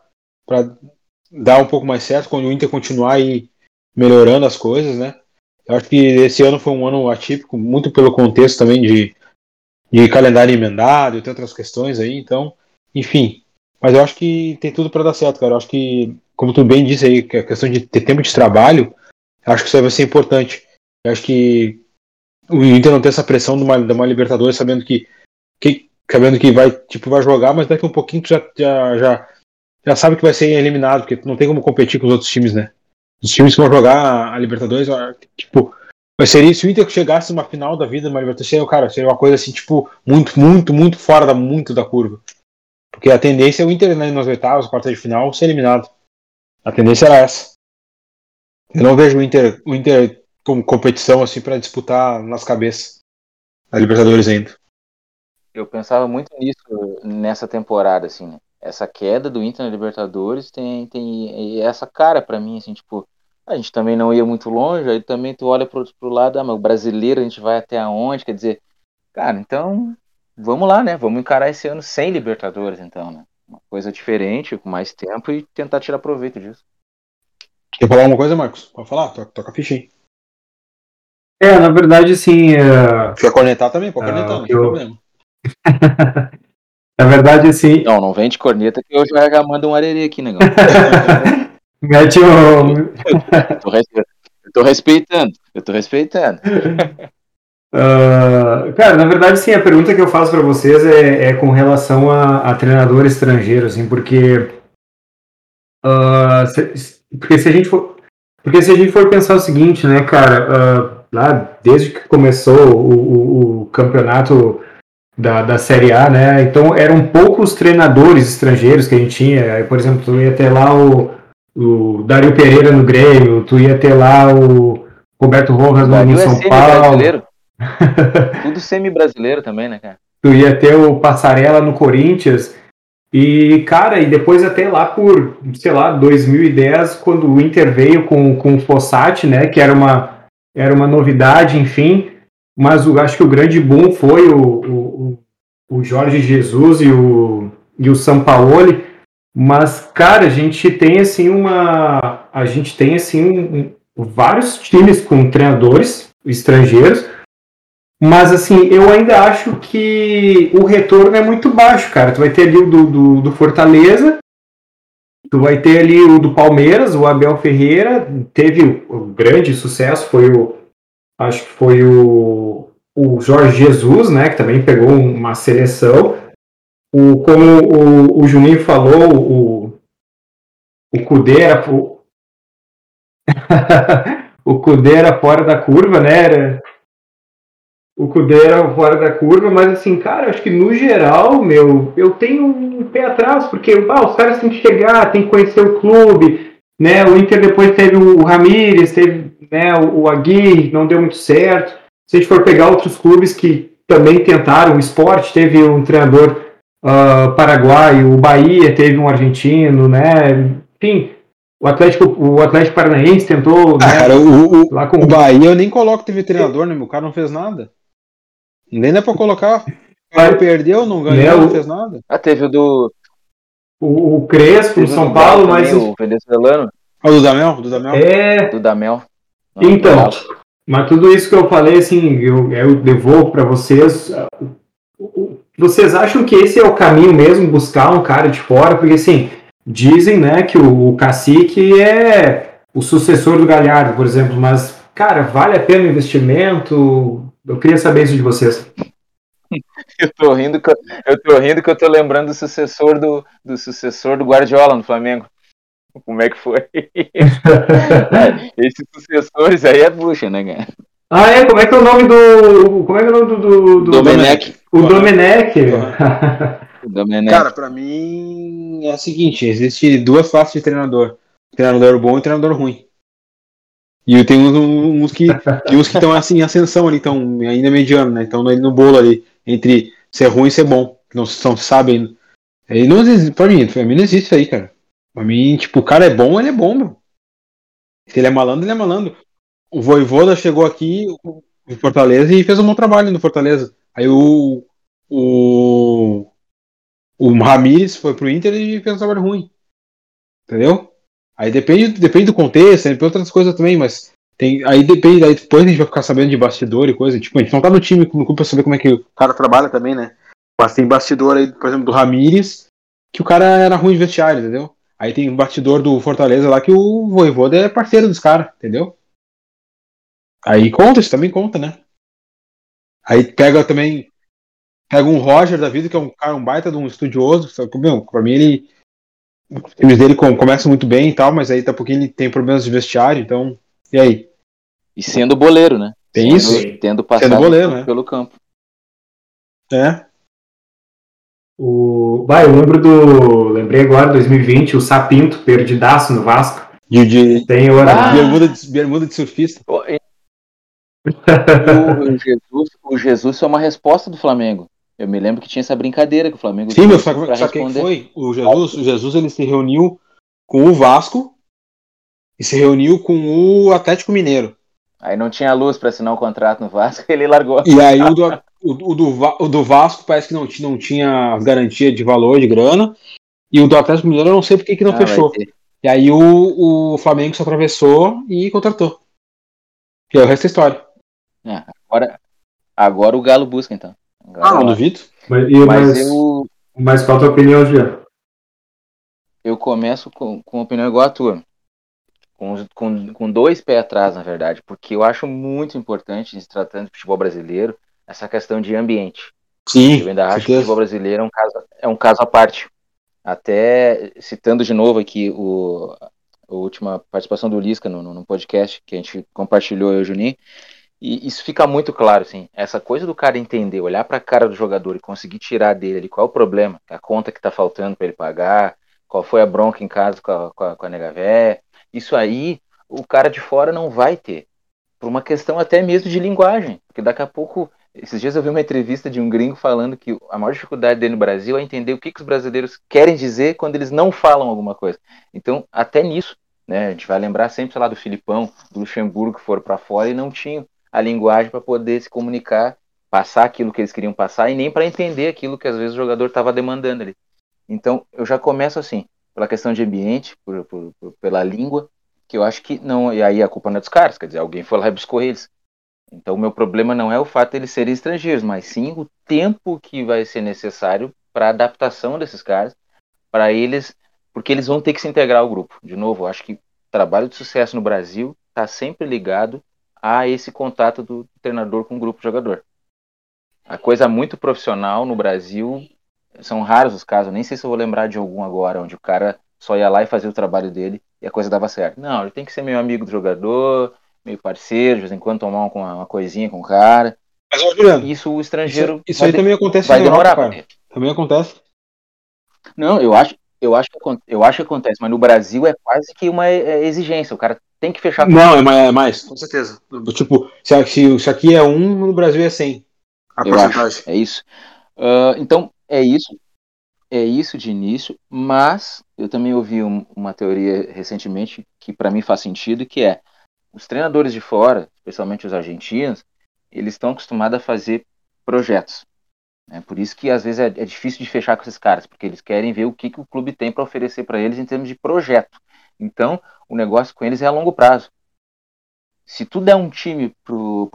dar um pouco mais certo quando o Inter continuar aí melhorando as coisas, né? Eu acho que esse ano foi um ano atípico, muito pelo contexto também de calendário emendado e tem outras questões aí, então, enfim. Mas eu acho que tem tudo para dar certo, cara. Eu acho que, como tu bem disse aí, que a questão de ter tempo de trabalho, eu acho que isso aí vai ser importante. Eu acho que o Inter não ter essa pressão de uma Libertadores, sabendo que vai jogar, mas daqui a um pouquinho tu já sabe que vai ser eliminado, porque tu não tem como competir com os outros times, né? Os times que vão jogar a Libertadores, tipo, se o Inter chegasse numa final da vida, uma Libertadores, seria uma coisa assim, tipo, muito, muito, muito fora muito da curva. Porque a tendência é o Inter, né, nas oitavas, quartas de final, ser eliminado. A tendência era essa. Eu não vejo o Inter como competição assim para disputar nas cabeças a Libertadores ainda. Eu pensava muito nisso nessa temporada, assim, né? Essa queda do Inter na Libertadores tem essa cara pra mim, assim, tipo, a gente também não ia muito longe, aí também tu olha pro lado, mas o brasileiro a gente vai até aonde? Quer dizer, cara, então vamos lá, né? Vamos encarar esse ano sem Libertadores, então, né? Uma coisa diferente, com mais tempo e tentar tirar proveito disso. Quer falar alguma coisa, Marcos? Pode falar, toca a ficha aí. Na verdade, assim. Quer cornetar também? Pode cornetar, não tem problema. Na verdade, assim. Não vem de corneta que eu já mando um arerê aqui, negão. Mete um. Eu tô respeitando. Cara, na verdade, sim, a pergunta que eu faço para vocês é com relação a treinador estrangeiro, assim, porque se a gente for pensar o seguinte, né, cara, lá desde que começou o campeonato da Série A, né, então eram poucos treinadores estrangeiros que a gente tinha. Por exemplo, tu ia ter lá o Dario Pereira no Grêmio, tu ia ter lá o Roberto Rojas no São Paulo. Tudo semi-brasileiro também, né, cara? Tu ia ter o Passarella no Corinthians. E, cara, e depois até lá por, sei lá, 2010, quando o Inter veio com o Fossati, né, que era uma novidade, enfim. Mas acho que o grande boom foi o Jorge Jesus e o Sampaoli. Mas, cara, a gente tem vários times com treinadores estrangeiros. Mas, assim, eu ainda acho que o retorno é muito baixo, cara. Tu vai ter ali o do Fortaleza, tu vai ter ali o do Palmeiras, o Abel Ferreira. Teve o grande sucesso, acho que foi o Jorge Jesus, né, que também pegou uma seleção. Como o Juninho falou, o Kudê era... o Kudê era fora da curva, né? O Kudê era fora da curva, mas assim, cara, acho que no geral, eu tenho um pé atrás, porque os caras têm que chegar, têm que conhecer o clube, né? O Inter depois teve o Ramírez, teve, né, o Aguirre, não deu muito certo. Se a gente for pegar outros clubes que também tentaram, o Sport teve um treinador paraguaio, o Bahia teve um argentino, né? Enfim, o Atlético Paranaense tentou. Né, cara, o Bahia eu nem coloco que teve treinador, né? O cara não fez nada. Nem dá pra colocar. Não perdeu, não ganhou, não fez nada. Teve o Crespo no São Paulo, mas. O venezuelano. O do Damel? Do Damel. Então, mas tudo isso que eu falei, assim, eu devolvo para vocês. Vocês acham que esse é o caminho mesmo, buscar um cara de fora? Porque, assim, dizem, né, que o Cacique é o sucessor do Galhardo, por exemplo, mas, cara, vale a pena o investimento? Eu queria saber isso de vocês. Eu tô rindo que eu tô lembrando do sucessor do Guardiola no Flamengo. Como é que foi? Esses sucessores aí é bucha, né, cara? Como é que é o nome do Domenech. O Domenech. Cara, pra mim é o seguinte, existe duas classes de treinador. Treinador bom e treinador ruim. E tem uns que estão assim em ascensão ali, estão ainda mediano, né? Estão no bolo ali, entre ser ruim e ser bom. Que não sabem. Aí não existe, pra mim não existe isso aí, cara. Pra mim, tipo, o cara é bom, ele é bom, meu. Se ele é malandro, ele é malandro. O Vojvoda chegou aqui em Fortaleza e fez um bom trabalho no Fortaleza. Aí o Ramírez foi pro Inter e fez um trabalho ruim. Entendeu? Aí depende do contexto, tem outras coisas também, mas aí depende, aí depois a gente vai ficar sabendo de bastidor e coisa, tipo, a gente não tá no time, no clube pra saber como é que o cara trabalha também, né? Mas tem bastidor aí, por exemplo, do Ramírez, que o cara era ruim de vestiário, entendeu? Aí tem bastidor do Fortaleza lá que o Vojvoda é parceiro dos caras, entendeu? Aí conta, isso também conta, né? Aí pega um Roger da vida, que é um cara, um baita de um estudioso, só que, meu, pra mim os times dele começam muito bem e tal, mas aí tá porque ele tem problemas de vestiário, então, e aí? E sendo boleiro, né? Tem isso? Tendo Sendo passado goleiro, né? pelo campo. É. Eu lembrei agora, 2020, o Sapinto, perdidaço no Vasco. Tem hora lá. Bermuda de surfista. O Jesus foi uma resposta do Flamengo. Eu me lembro que tinha essa brincadeira que o Flamengo Sim, meu, pra só que responder. foi o Jesus ele se reuniu com o Vasco e se reuniu com o Atlético Mineiro. Aí não tinha luz para assinar um contrato no Vasco, ele largou. E aí o do Vasco parece que não tinha garantia de valor, de grana, e o do Atlético Mineiro eu não sei porque que não fechou. E aí o Flamengo se atravessou e contratou. E aí o resto é história. Agora o Galo busca, então. Agora não duvido. Mas qual a tua opinião, Jean? Eu começo com uma opinião igual a tua. Com dois pés atrás, na verdade, porque eu acho muito importante, se tratando de futebol brasileiro, essa questão de ambiente. Sim, eu ainda acho que o futebol brasileiro é um caso à parte. Até citando de novo aqui a última participação do Lisca no podcast que a gente compartilhou, eu e o Juninho, e isso fica muito claro, assim, essa coisa do cara entender, olhar para a cara do jogador e conseguir tirar dele ali qual é o problema, a conta que tá faltando para ele pagar, qual foi a bronca em casa com a nega véia, isso aí o cara de fora não vai ter, por uma questão até mesmo de linguagem, porque daqui a pouco, esses dias eu vi uma entrevista de um gringo falando que a maior dificuldade dele no Brasil é entender o que os brasileiros querem dizer quando eles não falam alguma coisa. Então, até nisso, né, a gente vai lembrar sempre, sei lá, do Filipão, do Luxemburgo, que foram para fora e não tinham a linguagem para poder se comunicar, passar aquilo que eles queriam passar e nem para entender aquilo que às vezes o jogador estava demandando ali. Então, eu já começo assim, pela questão de ambiente, pela língua, que eu acho que não, e aí a culpa não é dos caras, quer dizer, alguém foi lá e buscou eles. Então, o meu problema não é o fato de eles serem estrangeiros, mas sim o tempo que vai ser necessário para a adaptação desses caras, para eles, porque eles vão ter que se integrar ao grupo. De novo, eu acho que o trabalho de sucesso no Brasil está sempre ligado a esse contato do treinador com o grupo de jogador. A coisa muito profissional no Brasil, são raros os casos, nem sei se eu vou lembrar de algum agora, onde o cara só ia lá e fazia o trabalho dele e a coisa dava certo. Não, ele tem que ser meio amigo do jogador, meio parceiro, de vez em quando tomar uma coisinha com o cara. Mas, Juliano, isso o estrangeiro isso aí também acontece vai na demorar Europa, cara. Também acontece. Não, eu acho que acontece, mas no Brasil é quase que uma exigência. O cara tem que fechar. Não, é mais, com certeza. Tipo, se aqui é 1, no Brasil é 100. A porcentagem. É isso. Então, é isso de início, mas eu também ouvi uma teoria recentemente que para mim faz sentido, que é os treinadores de fora, especialmente os argentinos, eles estão acostumados a fazer projetos. Por isso que às vezes é difícil de fechar com esses caras, porque eles querem ver o que o clube tem para oferecer para eles em termos de projeto. Então, o negócio com eles é a longo prazo. Se tu der um time pro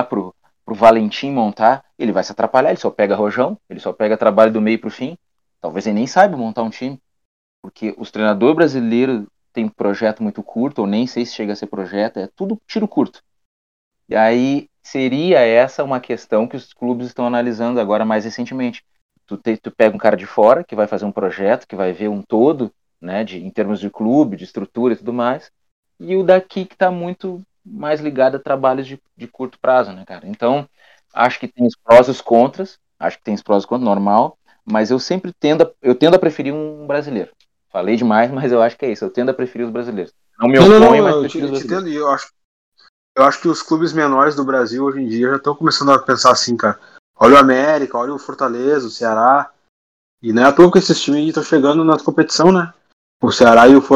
Valentim montar, ele vai se atrapalhar, ele só pega rojão, ele só pega trabalho do meio pro fim. Talvez ele nem saiba montar um time, porque os treinadores brasileiros têm um projeto muito curto, ou nem sei se chega a ser projeto, é tudo tiro curto. E aí seria essa uma questão que os clubes estão analisando agora mais recentemente. Tu pega um cara de fora que vai fazer um projeto, que vai ver um todo, né, em termos de clube, de estrutura e tudo mais, e o daqui que está muito mais ligado a trabalhos de curto prazo, né, cara? Então, acho que tem os prós e os contras, normal, mas eu sempre tendo a preferir um brasileiro. Falei demais, mas eu acho que é isso, eu tendo a preferir os brasileiros. Não me oponho, mas prefiro os brasileiros. Eu acho que os clubes menores do Brasil hoje em dia já estão começando a pensar assim, cara. Olha o América, olha o Fortaleza, o Ceará. E não é à toa que esses times estão chegando na competição, né? O Ceará e o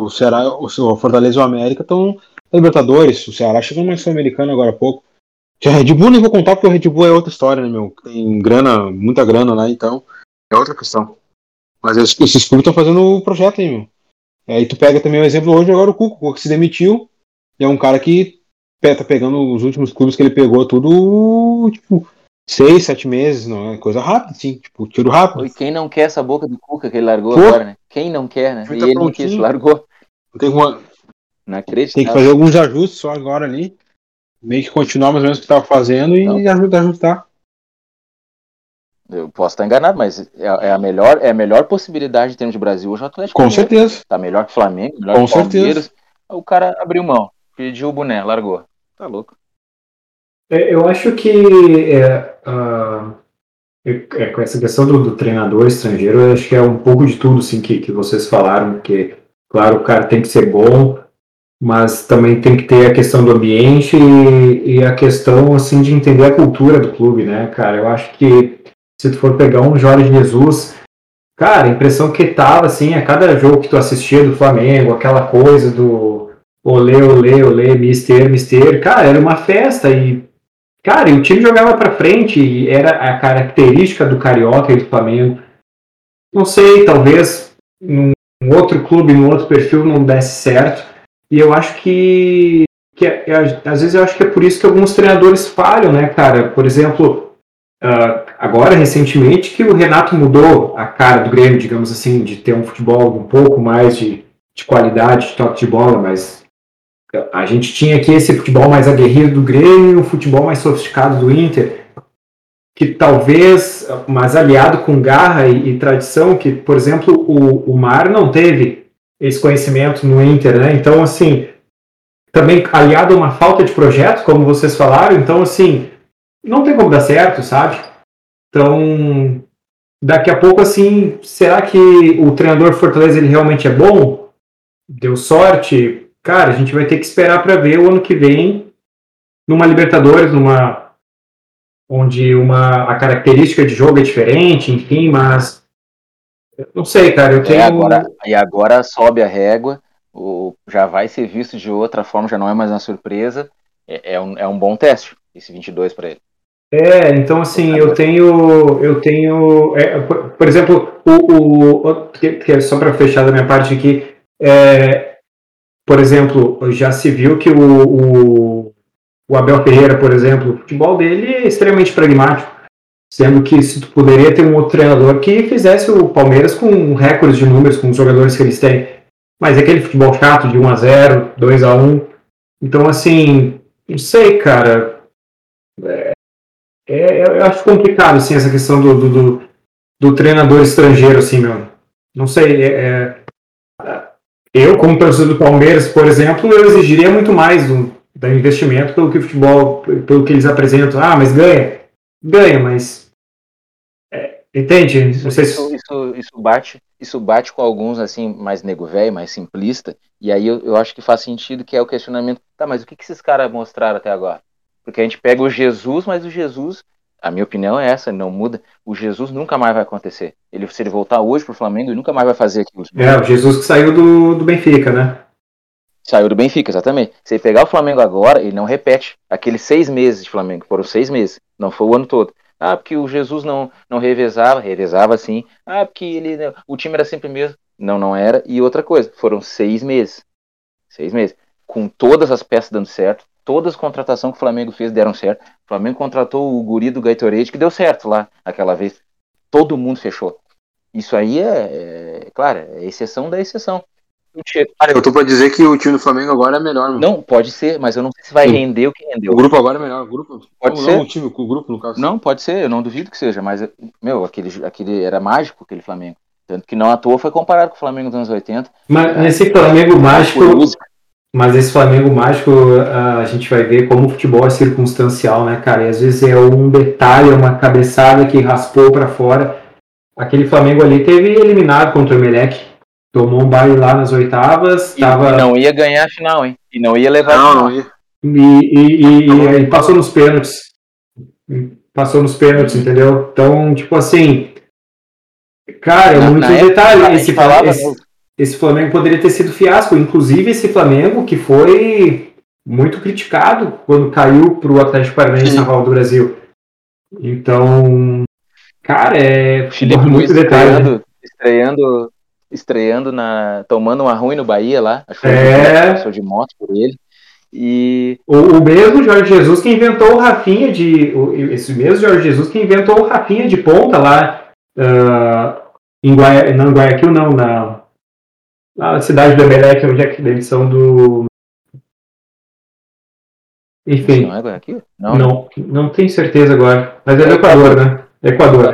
Fortaleza e o América estão na Libertadores. O Ceará chegou no Sul-Americano agora há pouco. A Red Bull nem vou contar porque o Red Bull é outra história, né, meu? Tem grana, muita grana lá, então é outra questão. Mas esses clubes estão fazendo o projeto aí, meu. Aí tu pega também o exemplo hoje agora o Cuco que se demitiu. E é um cara que tá pegando os últimos clubes que ele pegou tudo, tipo, 6, 7 meses, não é coisa rápida, assim, tipo, tiro rápido. E quem não quer essa boca do Cuca que ele largou agora, né? Quem não quer, né? E ele não quis, largou. Tem que fazer alguns ajustes só agora ali, meio que continuar mais ou menos o que tava fazendo e ajudar. Eu posso estar enganado, mas é a melhor possibilidade de termos de Brasil hoje o Atlético Com Mineiro. certeza. Tá melhor que o Flamengo, melhor Com que o Palmeiras. certeza. O cara abriu mão, pediu o boné, largou. Tá louco. Eu acho que com essa questão do treinador estrangeiro, eu acho que é um pouco de tudo assim, que vocês falaram, porque, claro, o cara tem que ser bom, mas também tem que ter a questão do ambiente e a questão assim, de entender a cultura do clube, né, cara? Eu acho que se tu for pegar um Jorge Jesus, cara, a impressão que tava, assim, a cada jogo que tu assistia do Flamengo, aquela coisa do olê, olê, olê, mister, cara, era uma festa e, cara, e o time jogava pra frente e era a característica do Carioca e do Flamengo. Não sei, talvez num outro clube, num outro perfil não desse certo. E eu acho que às vezes eu acho que é por isso que alguns treinadores falham, né, cara? Por exemplo, agora, recentemente, que o Renato mudou a cara do Grêmio, digamos assim, de ter um futebol um pouco mais de qualidade, de toque de bola, mas a gente tinha aqui esse futebol mais aguerrido do Grêmio e um futebol mais sofisticado do Inter, que talvez, mas aliado com garra e tradição, que, por exemplo, o Mar não teve esse conhecimento no Inter, né? Então, assim, também aliado a uma falta de projeto, como vocês falaram, então, assim, não tem como dar certo, sabe? Então, daqui a pouco, assim, será que o treinador Fortaleza ele realmente é bom? Deu sorte? Cara, a gente vai ter que esperar para ver o ano que vem numa Libertadores, onde a característica de jogo é diferente, enfim, mas não sei, cara, eu tenho... Agora sobe a régua, já vai ser visto de outra forma, já não é mais uma surpresa, é um bom teste, esse 22 para ele. Então assim, eu tenho por exemplo, que só para fechar da minha parte aqui, por exemplo, já se viu que o Abel Ferreira, por exemplo, o futebol dele é extremamente pragmático, sendo que se tu poderia ter um outro treinador que fizesse o Palmeiras com recordes de números, com os jogadores que eles têm, mas é aquele futebol chato de 1-0, 2-1, então assim, não sei, cara, eu acho complicado, assim, essa questão do treinador estrangeiro, assim, meu. Não sei, eu, como torcedor do Palmeiras, por exemplo, eu exigiria muito mais do investimento pelo que o futebol, pelo que eles apresentam. Ah, mas ganha, mas... entende? Não sei se... Isso bate com alguns, assim, mais nego velho, mais simplista, e aí eu acho que faz sentido, que é o questionamento, tá, mas o que esses caras mostraram até agora? Porque a gente pega o Jesus, mas o Jesus, a minha opinião é essa, não muda, o Jesus nunca mais vai acontecer. Se ele voltar hoje pro Flamengo, ele nunca mais vai fazer aquilo. O Jesus que saiu do Benfica, né? Saiu do Benfica, exatamente. Se ele pegar o Flamengo agora, ele não repete aqueles 6 meses de Flamengo, foram 6 meses, não foi o ano todo. Ah, porque o Jesus não revezava sim. Ah, porque o time era sempre o mesmo. Não era. E outra coisa, foram 6 meses. 6 meses. Com todas as peças dando certo, todas as contratações que o Flamengo fez deram certo. O Flamengo contratou o guri do Gatorade, que deu certo lá, aquela vez. Todo mundo fechou. Isso aí claro, é exceção da exceção. Cara, eu tô pra dizer que o time do Flamengo agora é melhor, mano. Não, pode ser, mas eu não sei se vai render o que rendeu. O grupo agora é melhor. O grupo, pode ser. Não, o grupo, no caso. Não, pode ser, eu não duvido que seja, mas, aquele era mágico, aquele Flamengo. Tanto que não à toa foi comparado com o Flamengo dos anos 80. Mas nesse Flamengo mágico... Mas esse Flamengo mágico, a gente vai ver como o futebol é circunstancial, né, cara? E às vezes é um detalhe, uma cabeçada que raspou para fora. Aquele Flamengo ali teve eliminado contra o Emelec. Tomou um baile lá nas oitavas. E não ia ganhar a final, hein? E não ia levar a final. Não ia. E passou nos pênaltis. Passou nos pênaltis, entendeu? Então, tipo assim... Cara, é muito detalhe. Esse Flamengo poderia ter sido fiasco. Inclusive, esse Flamengo que foi muito criticado quando caiu para o Atlético Paranaense na Copa do Brasil. Então, cara, Felipe muito Luiz detalhe. Estreando tomando uma ruim no Bahia lá. Acho que passou de moto por ele. E o mesmo Jorge Jesus que inventou o Rafinha esse mesmo Jorge Jesus que inventou o Rafinha de ponta lá em Guayaquil, não, na cidade do Emelec, onde é que eles são do... Enfim. Não é Guayaquil? Não tenho certeza agora. Mas é do Equador, né? Equador.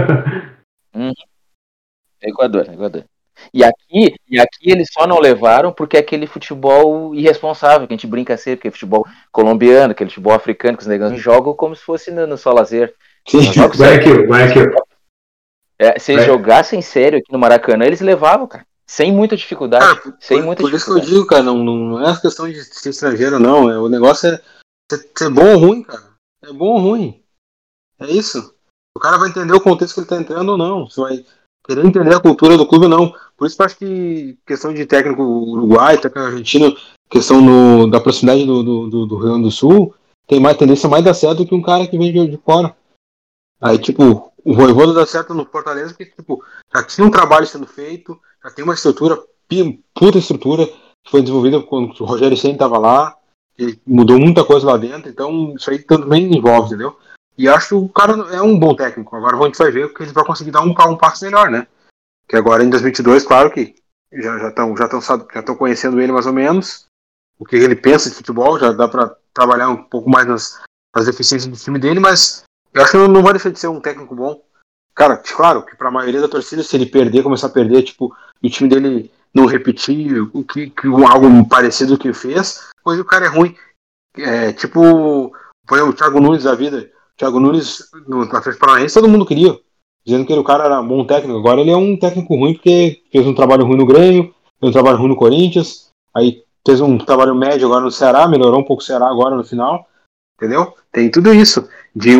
Equador. E aqui eles só não levaram porque é aquele futebol irresponsável, que a gente brinca sempre, que é futebol colombiano, aquele futebol africano, que os negros jogam como se fosse no só lazer. Guayaquil. Se eles jogassem sério aqui no Maracanã, eles levavam, cara. Sem muita dificuldade. Por isso que eu digo, cara, não é a questão de ser estrangeiro, não. O negócio é ser bom ou ruim, cara. É bom ou ruim. É isso. O cara vai entender o contexto que ele tá entrando ou não. Você vai querer entender a cultura do clube ou não. Por isso que eu acho que questão de técnico uruguai, técnico argentino, questão da proximidade do Rio Grande do Sul, tem mais tendência a mais dar certo do que um cara que vem de fora. Aí, tipo, o Vojvoda dá certo no Fortaleza porque, tipo, já tinha um trabalho sendo feito, já tem uma estrutura, puta estrutura, que foi desenvolvida quando o Rogério Ceni estava lá, e mudou muita coisa lá dentro, então isso aí também envolve, entendeu? E acho que o cara é um bom técnico. Agora a gente vai ver que ele vai conseguir dar um passo melhor, né? Que agora em 2022, claro que já estão conhecendo ele mais ou menos, o que ele pensa de futebol, já dá para trabalhar um pouco mais nas deficiências do time dele, mas eu acho que não vai deixar de ser um técnico bom. Cara, claro que para a maioria da torcida, se ele começar a perder, tipo, e o time dele não repetir algo parecido com o que fez, pois o cara é ruim. Tipo, foi o Thiago Nunes da vida. O Thiago Nunes, no Atlético Paranaense, todo mundo queria, dizendo que o cara era um bom técnico. Agora ele é um técnico ruim porque fez um trabalho ruim no Grêmio, fez um trabalho ruim no Corinthians, aí fez um trabalho médio agora no Ceará, melhorou um pouco o Ceará agora no final, entendeu? Tem tudo isso. Em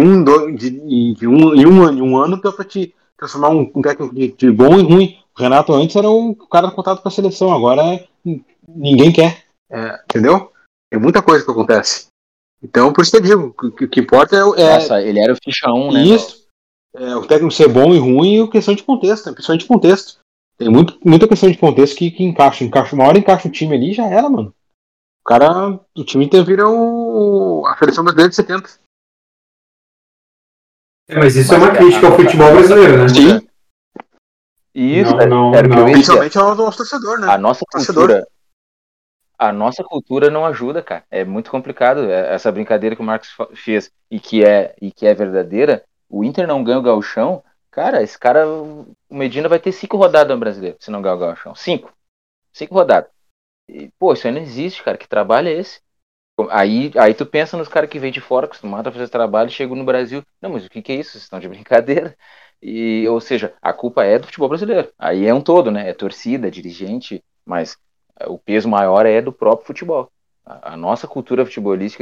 um ano dá pra te transformar um técnico de bom e ruim. O Renato antes era o cara contado com a seleção, agora ninguém quer. Entendeu? Tem muita coisa que acontece. Então, por isso que eu digo, o que importa Nossa, ele era o ficha 1, né? Isso. O técnico ser bom e ruim e questão de contexto, principalmente de contexto. Tem muita questão de contexto que encaixa. Uma hora encaixa o time ali e já era, mano. O time inteiro vira a seleção brasileira de 70. Mas isso é uma crítica ao futebol brasileiro, né? Sim. Isso, não. Principalmente ao nosso torcedor, né? A nossa cultura não ajuda, cara. É muito complicado. Essa brincadeira que o Marcos fez e que é verdadeira. O Inter não ganha o Gauchão. Cara, o Medina vai ter 5 rodadas no Brasileiro, se não ganhar o Gauchão. 5 rodadas. E, pô, isso aí não existe, cara. Que trabalho é esse? Aí tu pensa nos caras que vêm de fora, acostumados a fazer trabalho, chegam no Brasil. Não, mas o que é isso? Vocês estão de brincadeira? Ou seja, a culpa é do futebol brasileiro. Aí é um todo, né? É torcida, dirigente, mas o peso maior é do próprio futebol. A nossa cultura futebolística.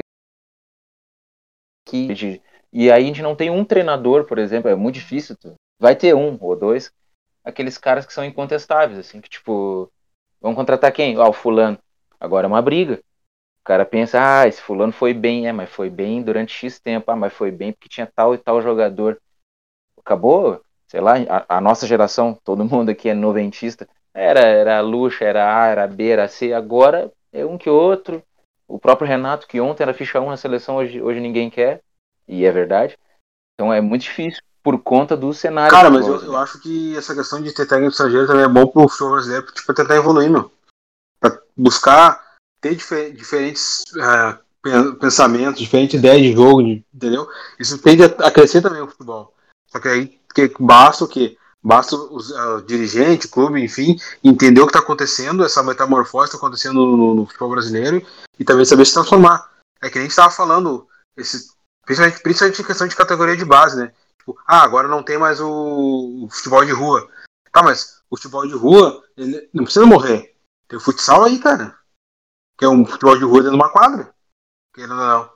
E aí a gente não tem um treinador, por exemplo, é muito difícil. Vai ter um ou dois, aqueles caras que são incontestáveis, assim, que tipo, vamos contratar quem? O fulano. Agora é uma briga. O cara pensa, esse fulano foi bem, mas foi bem durante X tempo, mas foi bem porque tinha tal e tal jogador. Acabou, sei lá, a nossa geração, todo mundo aqui é noventista, era Lucha, era A, era B, era C, agora é um que outro. O próprio Renato, que ontem era ficha 1 na seleção, hoje ninguém quer, e é verdade. Então é muito difícil por conta do cenário. Cara, mas eu acho que essa questão de ter técnico estrangeiro também é bom pro futebol brasileiro, tipo, tentar evoluir, meu. Pra buscar ter diferentes pensamentos, diferentes ideias de jogo, entendeu? Isso tende a crescer também o futebol. Só que aí basta o quê? Basta os dirigentes, clube, enfim, entender o que está acontecendo, essa metamorfose está acontecendo no futebol brasileiro e também saber se transformar. É que a gente estava falando, principalmente em questão de categoria de base, né? Tipo, agora não tem mais o futebol de rua. Tá, mas o futebol de rua, ele não precisa morrer. Tem o futsal aí, cara. Que é um futebol de rua dentro de uma quadra. Querendo ou não.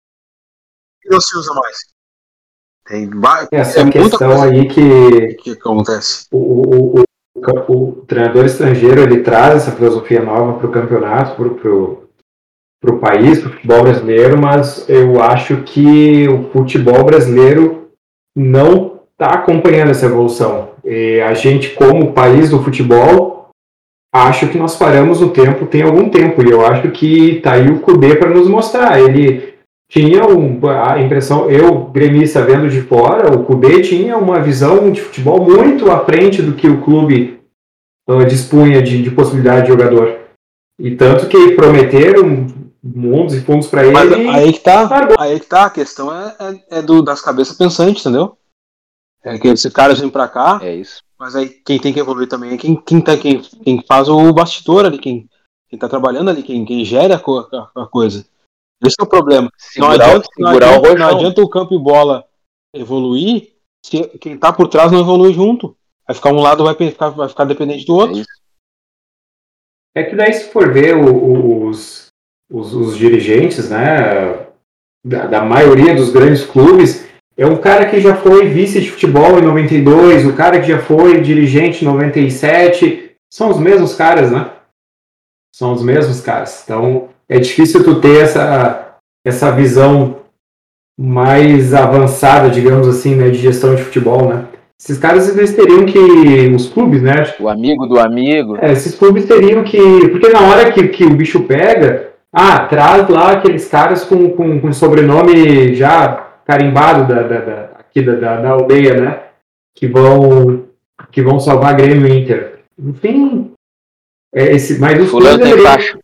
E não se usa mais. Tem essa questão aí que acontece. O treinador estrangeiro, ele traz essa filosofia nova para o campeonato, para o país, para o futebol brasileiro, mas eu acho que o futebol brasileiro não está acompanhando essa evolução. E a gente, como país do futebol, acho que nós paramos o tempo, tem algum tempo, e eu acho que está aí o Cudê para nos mostrar. Ele tinha a impressão, eu, gremista, vendo de fora, o Cudê tinha uma visão de futebol muito à frente do que o clube dispunha de possibilidade de jogador. E tanto que prometeram mundos e fundos para ele. Mas aí que tá, a questão é das cabeças pensantes, entendeu? É que esses caras vêm pra cá, É isso. mas aí quem tem que evoluir também é quem faz o bastidor ali, quem tá trabalhando ali, quem gera a coisa. Esse é o problema. Não adianta o campo e bola evoluir se quem tá por trás não evolui junto. Vai ficar um lado, vai ficar dependente do outro. É que daí, se for ver os dirigentes, né, da maioria dos grandes clubes, é um cara que já foi vice de futebol em 92, o cara que já foi dirigente em 97, são os mesmos caras, né? São os mesmos caras. Então, é difícil tu ter essa visão mais avançada, digamos assim, né, de gestão de futebol, né? Esses caras, eles teriam que, os clubes, né? O amigo do amigo. Esses clubes teriam que, porque na hora que o bicho pega, traz lá aqueles caras com sobrenome já carimbado aqui da aldeia, né? Que vão salvar Grêmio e Inter. Enfim, mas os Fulano tem faixa.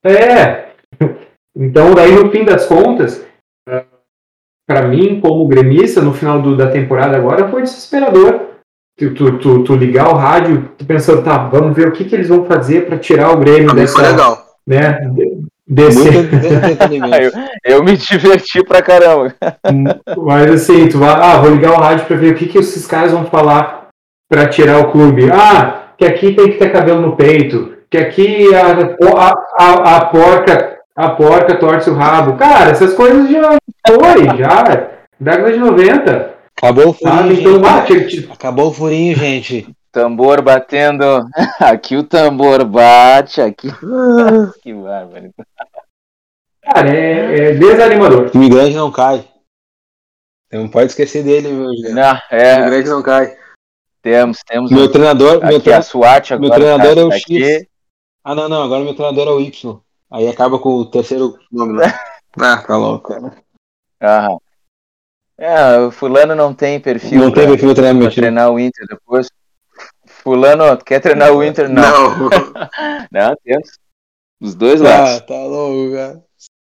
Então, daí no fim das contas, para mim, como gremista, no final da temporada agora, foi desesperador. Tu ligar o rádio, tu pensando, tá, vamos ver o que eles vão fazer para tirar o Grêmio dessa... Foi legal. Né, desse... eu me diverti pra caramba. Mas assim, tu vai, vou ligar o rádio para ver o que esses caras vão falar para tirar o clube. Que aqui tem que ter cabelo no peito, que aqui a porca torce o rabo. Cara, essas coisas já década de 90. Acabou o furinho, gente. Acabou o furinho, gente. Tambor batendo. Aqui o tambor bate, aqui. Que bárbaro. Cara, é desanimador. O time grande não cai. Não pode esquecer dele, meu Deus. Não, O time grande não cai. Temos. Meu treinador. A SWAT agora. Meu treinador é o X. Não. Agora meu treinador é o Y. Aí acaba com o terceiro nome lá. Tá louco, cara. O fulano não tem perfil. Não tem perfil pra treinar o Inter depois. Fulano, quer treinar o Inter? Não. Não, temos. Os dois lados. Tá louco, cara.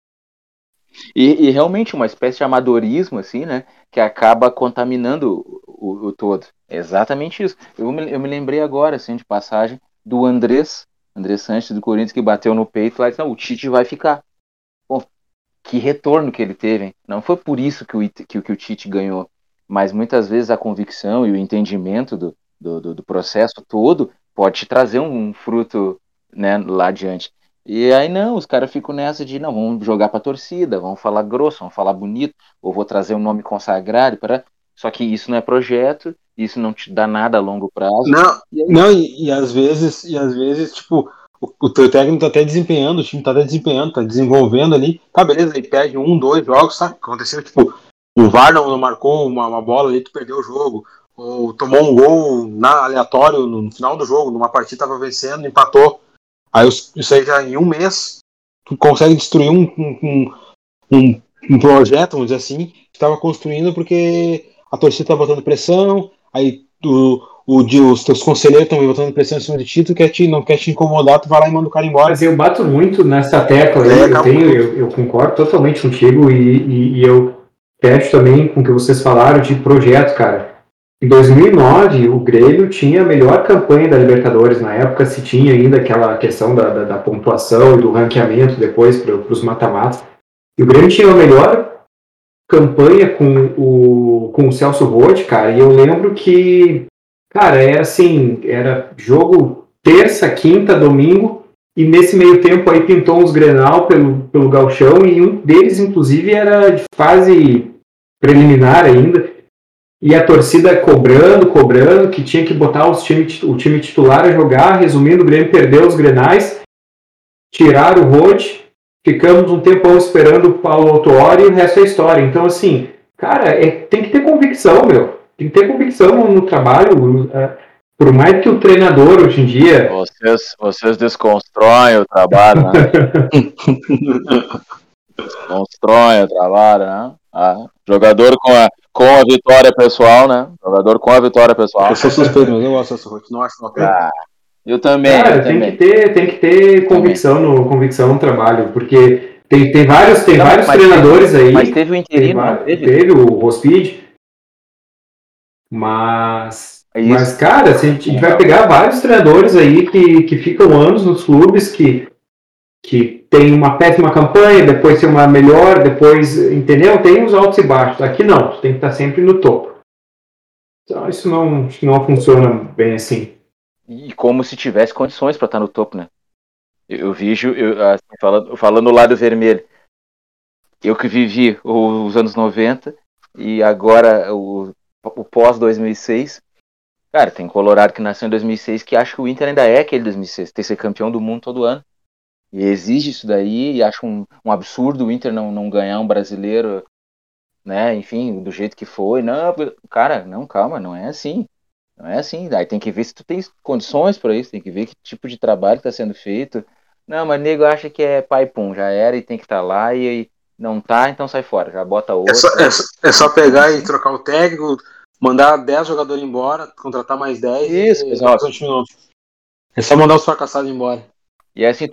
E realmente uma espécie de amadorismo, assim, né? Que acaba contaminando o todo. É exatamente isso. Eu me lembrei agora, assim, de passagem, do André Sanches, do Corinthians, que bateu no peito e falou: não, o Tite vai ficar. Pô, que retorno que ele teve, hein? Não foi por isso que o Tite ganhou, mas muitas vezes a convicção e o entendimento do processo todo pode te trazer um fruto, né, lá adiante. E aí não, os caras ficam nessa de, não, vamos jogar pra torcida, vamos falar grosso, vamos falar bonito, ou vou trazer um nome consagrado, só que isso não é projeto, isso não te dá nada a longo prazo. E às vezes, tipo, o teu técnico tá até desempenhando, o time tá até desempenhando, tá desenvolvendo ali, tá, beleza, ele perde 2 jogos, sabe? Aconteceu, tipo, o VAR não marcou uma bola ali, tu perdeu o jogo, ou tomou um gol aleatório no final do jogo, numa partida tava vencendo, empatou. Aí isso aí já em um mês tu consegue destruir um projeto, vamos dizer assim, que estava construindo porque a torcida tá botando pressão, aí os teus conselheiros estão botando pressão em cima de ti, não quer te incomodar, tu vai lá e manda o cara embora. Mas eu bato muito nessa tecla aí, eu concordo totalmente contigo e eu fecho também com o que vocês falaram de projeto, cara. Em 2009, o Grêmio tinha a melhor campanha da Libertadores. Na época se tinha ainda aquela questão da pontuação e do ranqueamento depois para os mata-matas. E o Grêmio tinha a melhor campanha com o Celso Roth, cara. E eu lembro que, cara, era jogo terça, quinta, domingo. E nesse meio tempo aí pintou uns Grenal pelo Gauchão. E um deles, inclusive, era de fase preliminar ainda. E a torcida cobrando, que tinha que botar o time titular a jogar. Resumindo, o Grêmio perdeu os Grenais, tiraram o Roth, ficamos um tempão esperando o Paulo Autuori e o resto é história. Então, assim, cara, tem que ter convicção, meu. Tem que ter convicção no trabalho. Por mais que o treinador, hoje em dia... Vocês desconstroem o trabalho, né? Desconstroem o trabalho, né? Jogador com a vitória pessoal, né? Jogador com a vitória pessoal. Eu sou suspeito, mas eu gosto dessa rotina, não acho uma coisa. Eu também. Cara, tem que ter convicção no trabalho, porque tem vários treinadores aí. Mas teve o interino, teve o Rospid. Mas, cara, assim, a gente vai pegar vários treinadores aí que ficam anos nos clubes, que tem uma péssima campanha, depois tem uma melhor, depois, entendeu? Tem os altos e baixos. Aqui não, tu tem que estar sempre no topo. Então isso não funciona bem assim. E como se tivesse condições para estar no topo, né? Eu vejo, assim, falando do lado vermelho, eu que vivi os anos 90 e agora o pós 2006. Cara, tem Colorado que nasceu em 2006 que acha que o Inter ainda é aquele 2006, tem que ser campeão do mundo todo ano. E exige isso daí, e acho um absurdo o Inter não ganhar um brasileiro, né? Enfim, do jeito que foi. Não, cara, não, calma, não é assim. Não é assim. Aí tem que ver se tu tem condições para isso, tem que ver que tipo de trabalho está sendo feito. Não, mas nego acha que é pai pum, já era e tem que estar lá e não tá, então sai fora, já bota outro. É só pegar e trocar o técnico, mandar 10 jogadores embora, contratar mais 10 isso, e fazer um time novo. É só mandar os fracassados embora. E é assim,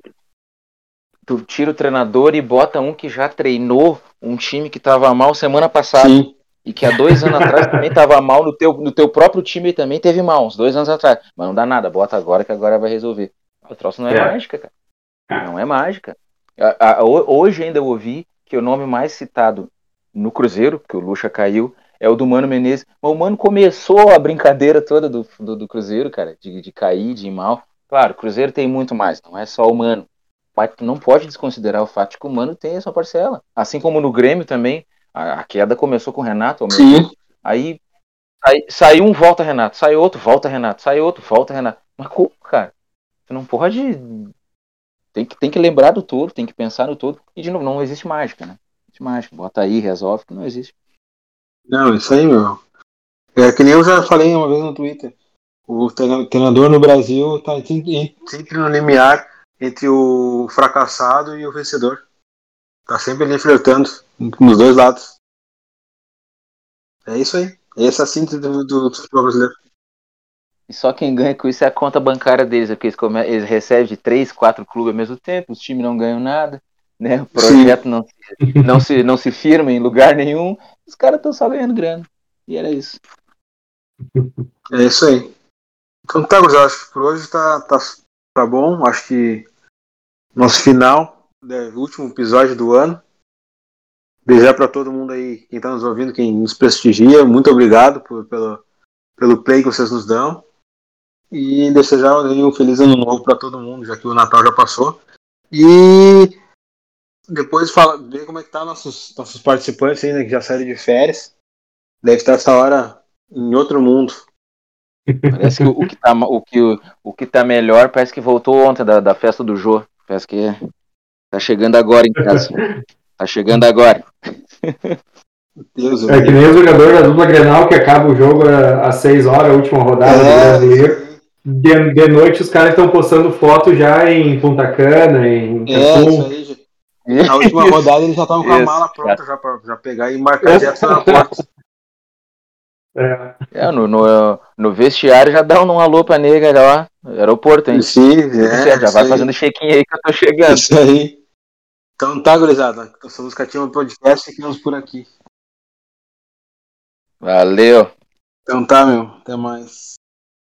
tu tira o treinador e bota um que já treinou um time que estava mal semana passada. Sim. E que há 2 anos atrás também estava mal no teu próprio time, também teve mal, uns 2 anos atrás. Mas não dá nada, bota agora que agora vai resolver. O troço não é mágica, cara. Não é mágica. Hoje ainda eu ouvi que o nome mais citado no Cruzeiro, que o Lucha caiu, é o do Mano Menezes. Mas o Mano começou a brincadeira toda do Cruzeiro, cara, de cair, de ir mal. Claro, o Cruzeiro tem muito mais, não é só o Mano. Mas tu não pode desconsiderar o fato de que o Mano tem a sua parcela. Assim como no Grêmio também, a queda começou com o Renato, ao meu ver. Aí saiu um, volta Renato, sai outro, volta Renato, sai outro, volta Renato. Mas como, cara? Tu não pode... Tem que lembrar do todo, tem que pensar no todo. E, de novo, não existe mágica, né? Não existe mágica. Bota aí, resolve, que não existe. Não, isso aí, meu. É que nem eu já falei uma vez no Twitter. O treinador no Brasil tá sempre no limiar entre o fracassado e o vencedor. Tá sempre ali flertando nos dois lados. É isso aí. Essa é a síntese do futebol brasileiro. E só quem ganha com isso é a conta bancária deles, porque eles recebem de 3, 4 clubes ao mesmo tempo, os times não ganham nada, né? O projeto não se firma em lugar nenhum, os caras estão só ganhando grana. E era isso. É isso aí. Então tá, Gustavo, acho que por hoje tá bom. Acho que nosso final, o último episódio do ano. Beijar para todo mundo aí, quem tá nos ouvindo, quem nos prestigia. Muito obrigado pelo play que vocês nos dão. E desejar um feliz ano novo para todo mundo, já que o Natal já passou. E depois ver como é que tá nossos participantes aí, né, que já saíram de férias. Deve estar essa hora em outro mundo. Parece que o que tá melhor parece que voltou ontem da festa do Jô. Parece que tá chegando agora em casa. Tá chegando agora. Deus, é que nem o jogador da dupla Grenal que acaba o jogo às 6 horas, a última rodada do Brasileiro. De noite os caras estão postando foto já em Punta Cana, em Cancún. Isso aí. Na última rodada eles já estavam com a mala pronta já pra pegar e marcar direto no aeroporto. No vestiário já dá um alô pra nega lá, aeroporto, hein? Sim, já vai fazendo check-in aí que eu tô chegando. Isso aí. Então tá, gurizada. Eu sou o Cativa Podcast e ficamos por aqui. Valeu. Então tá, meu. Até mais.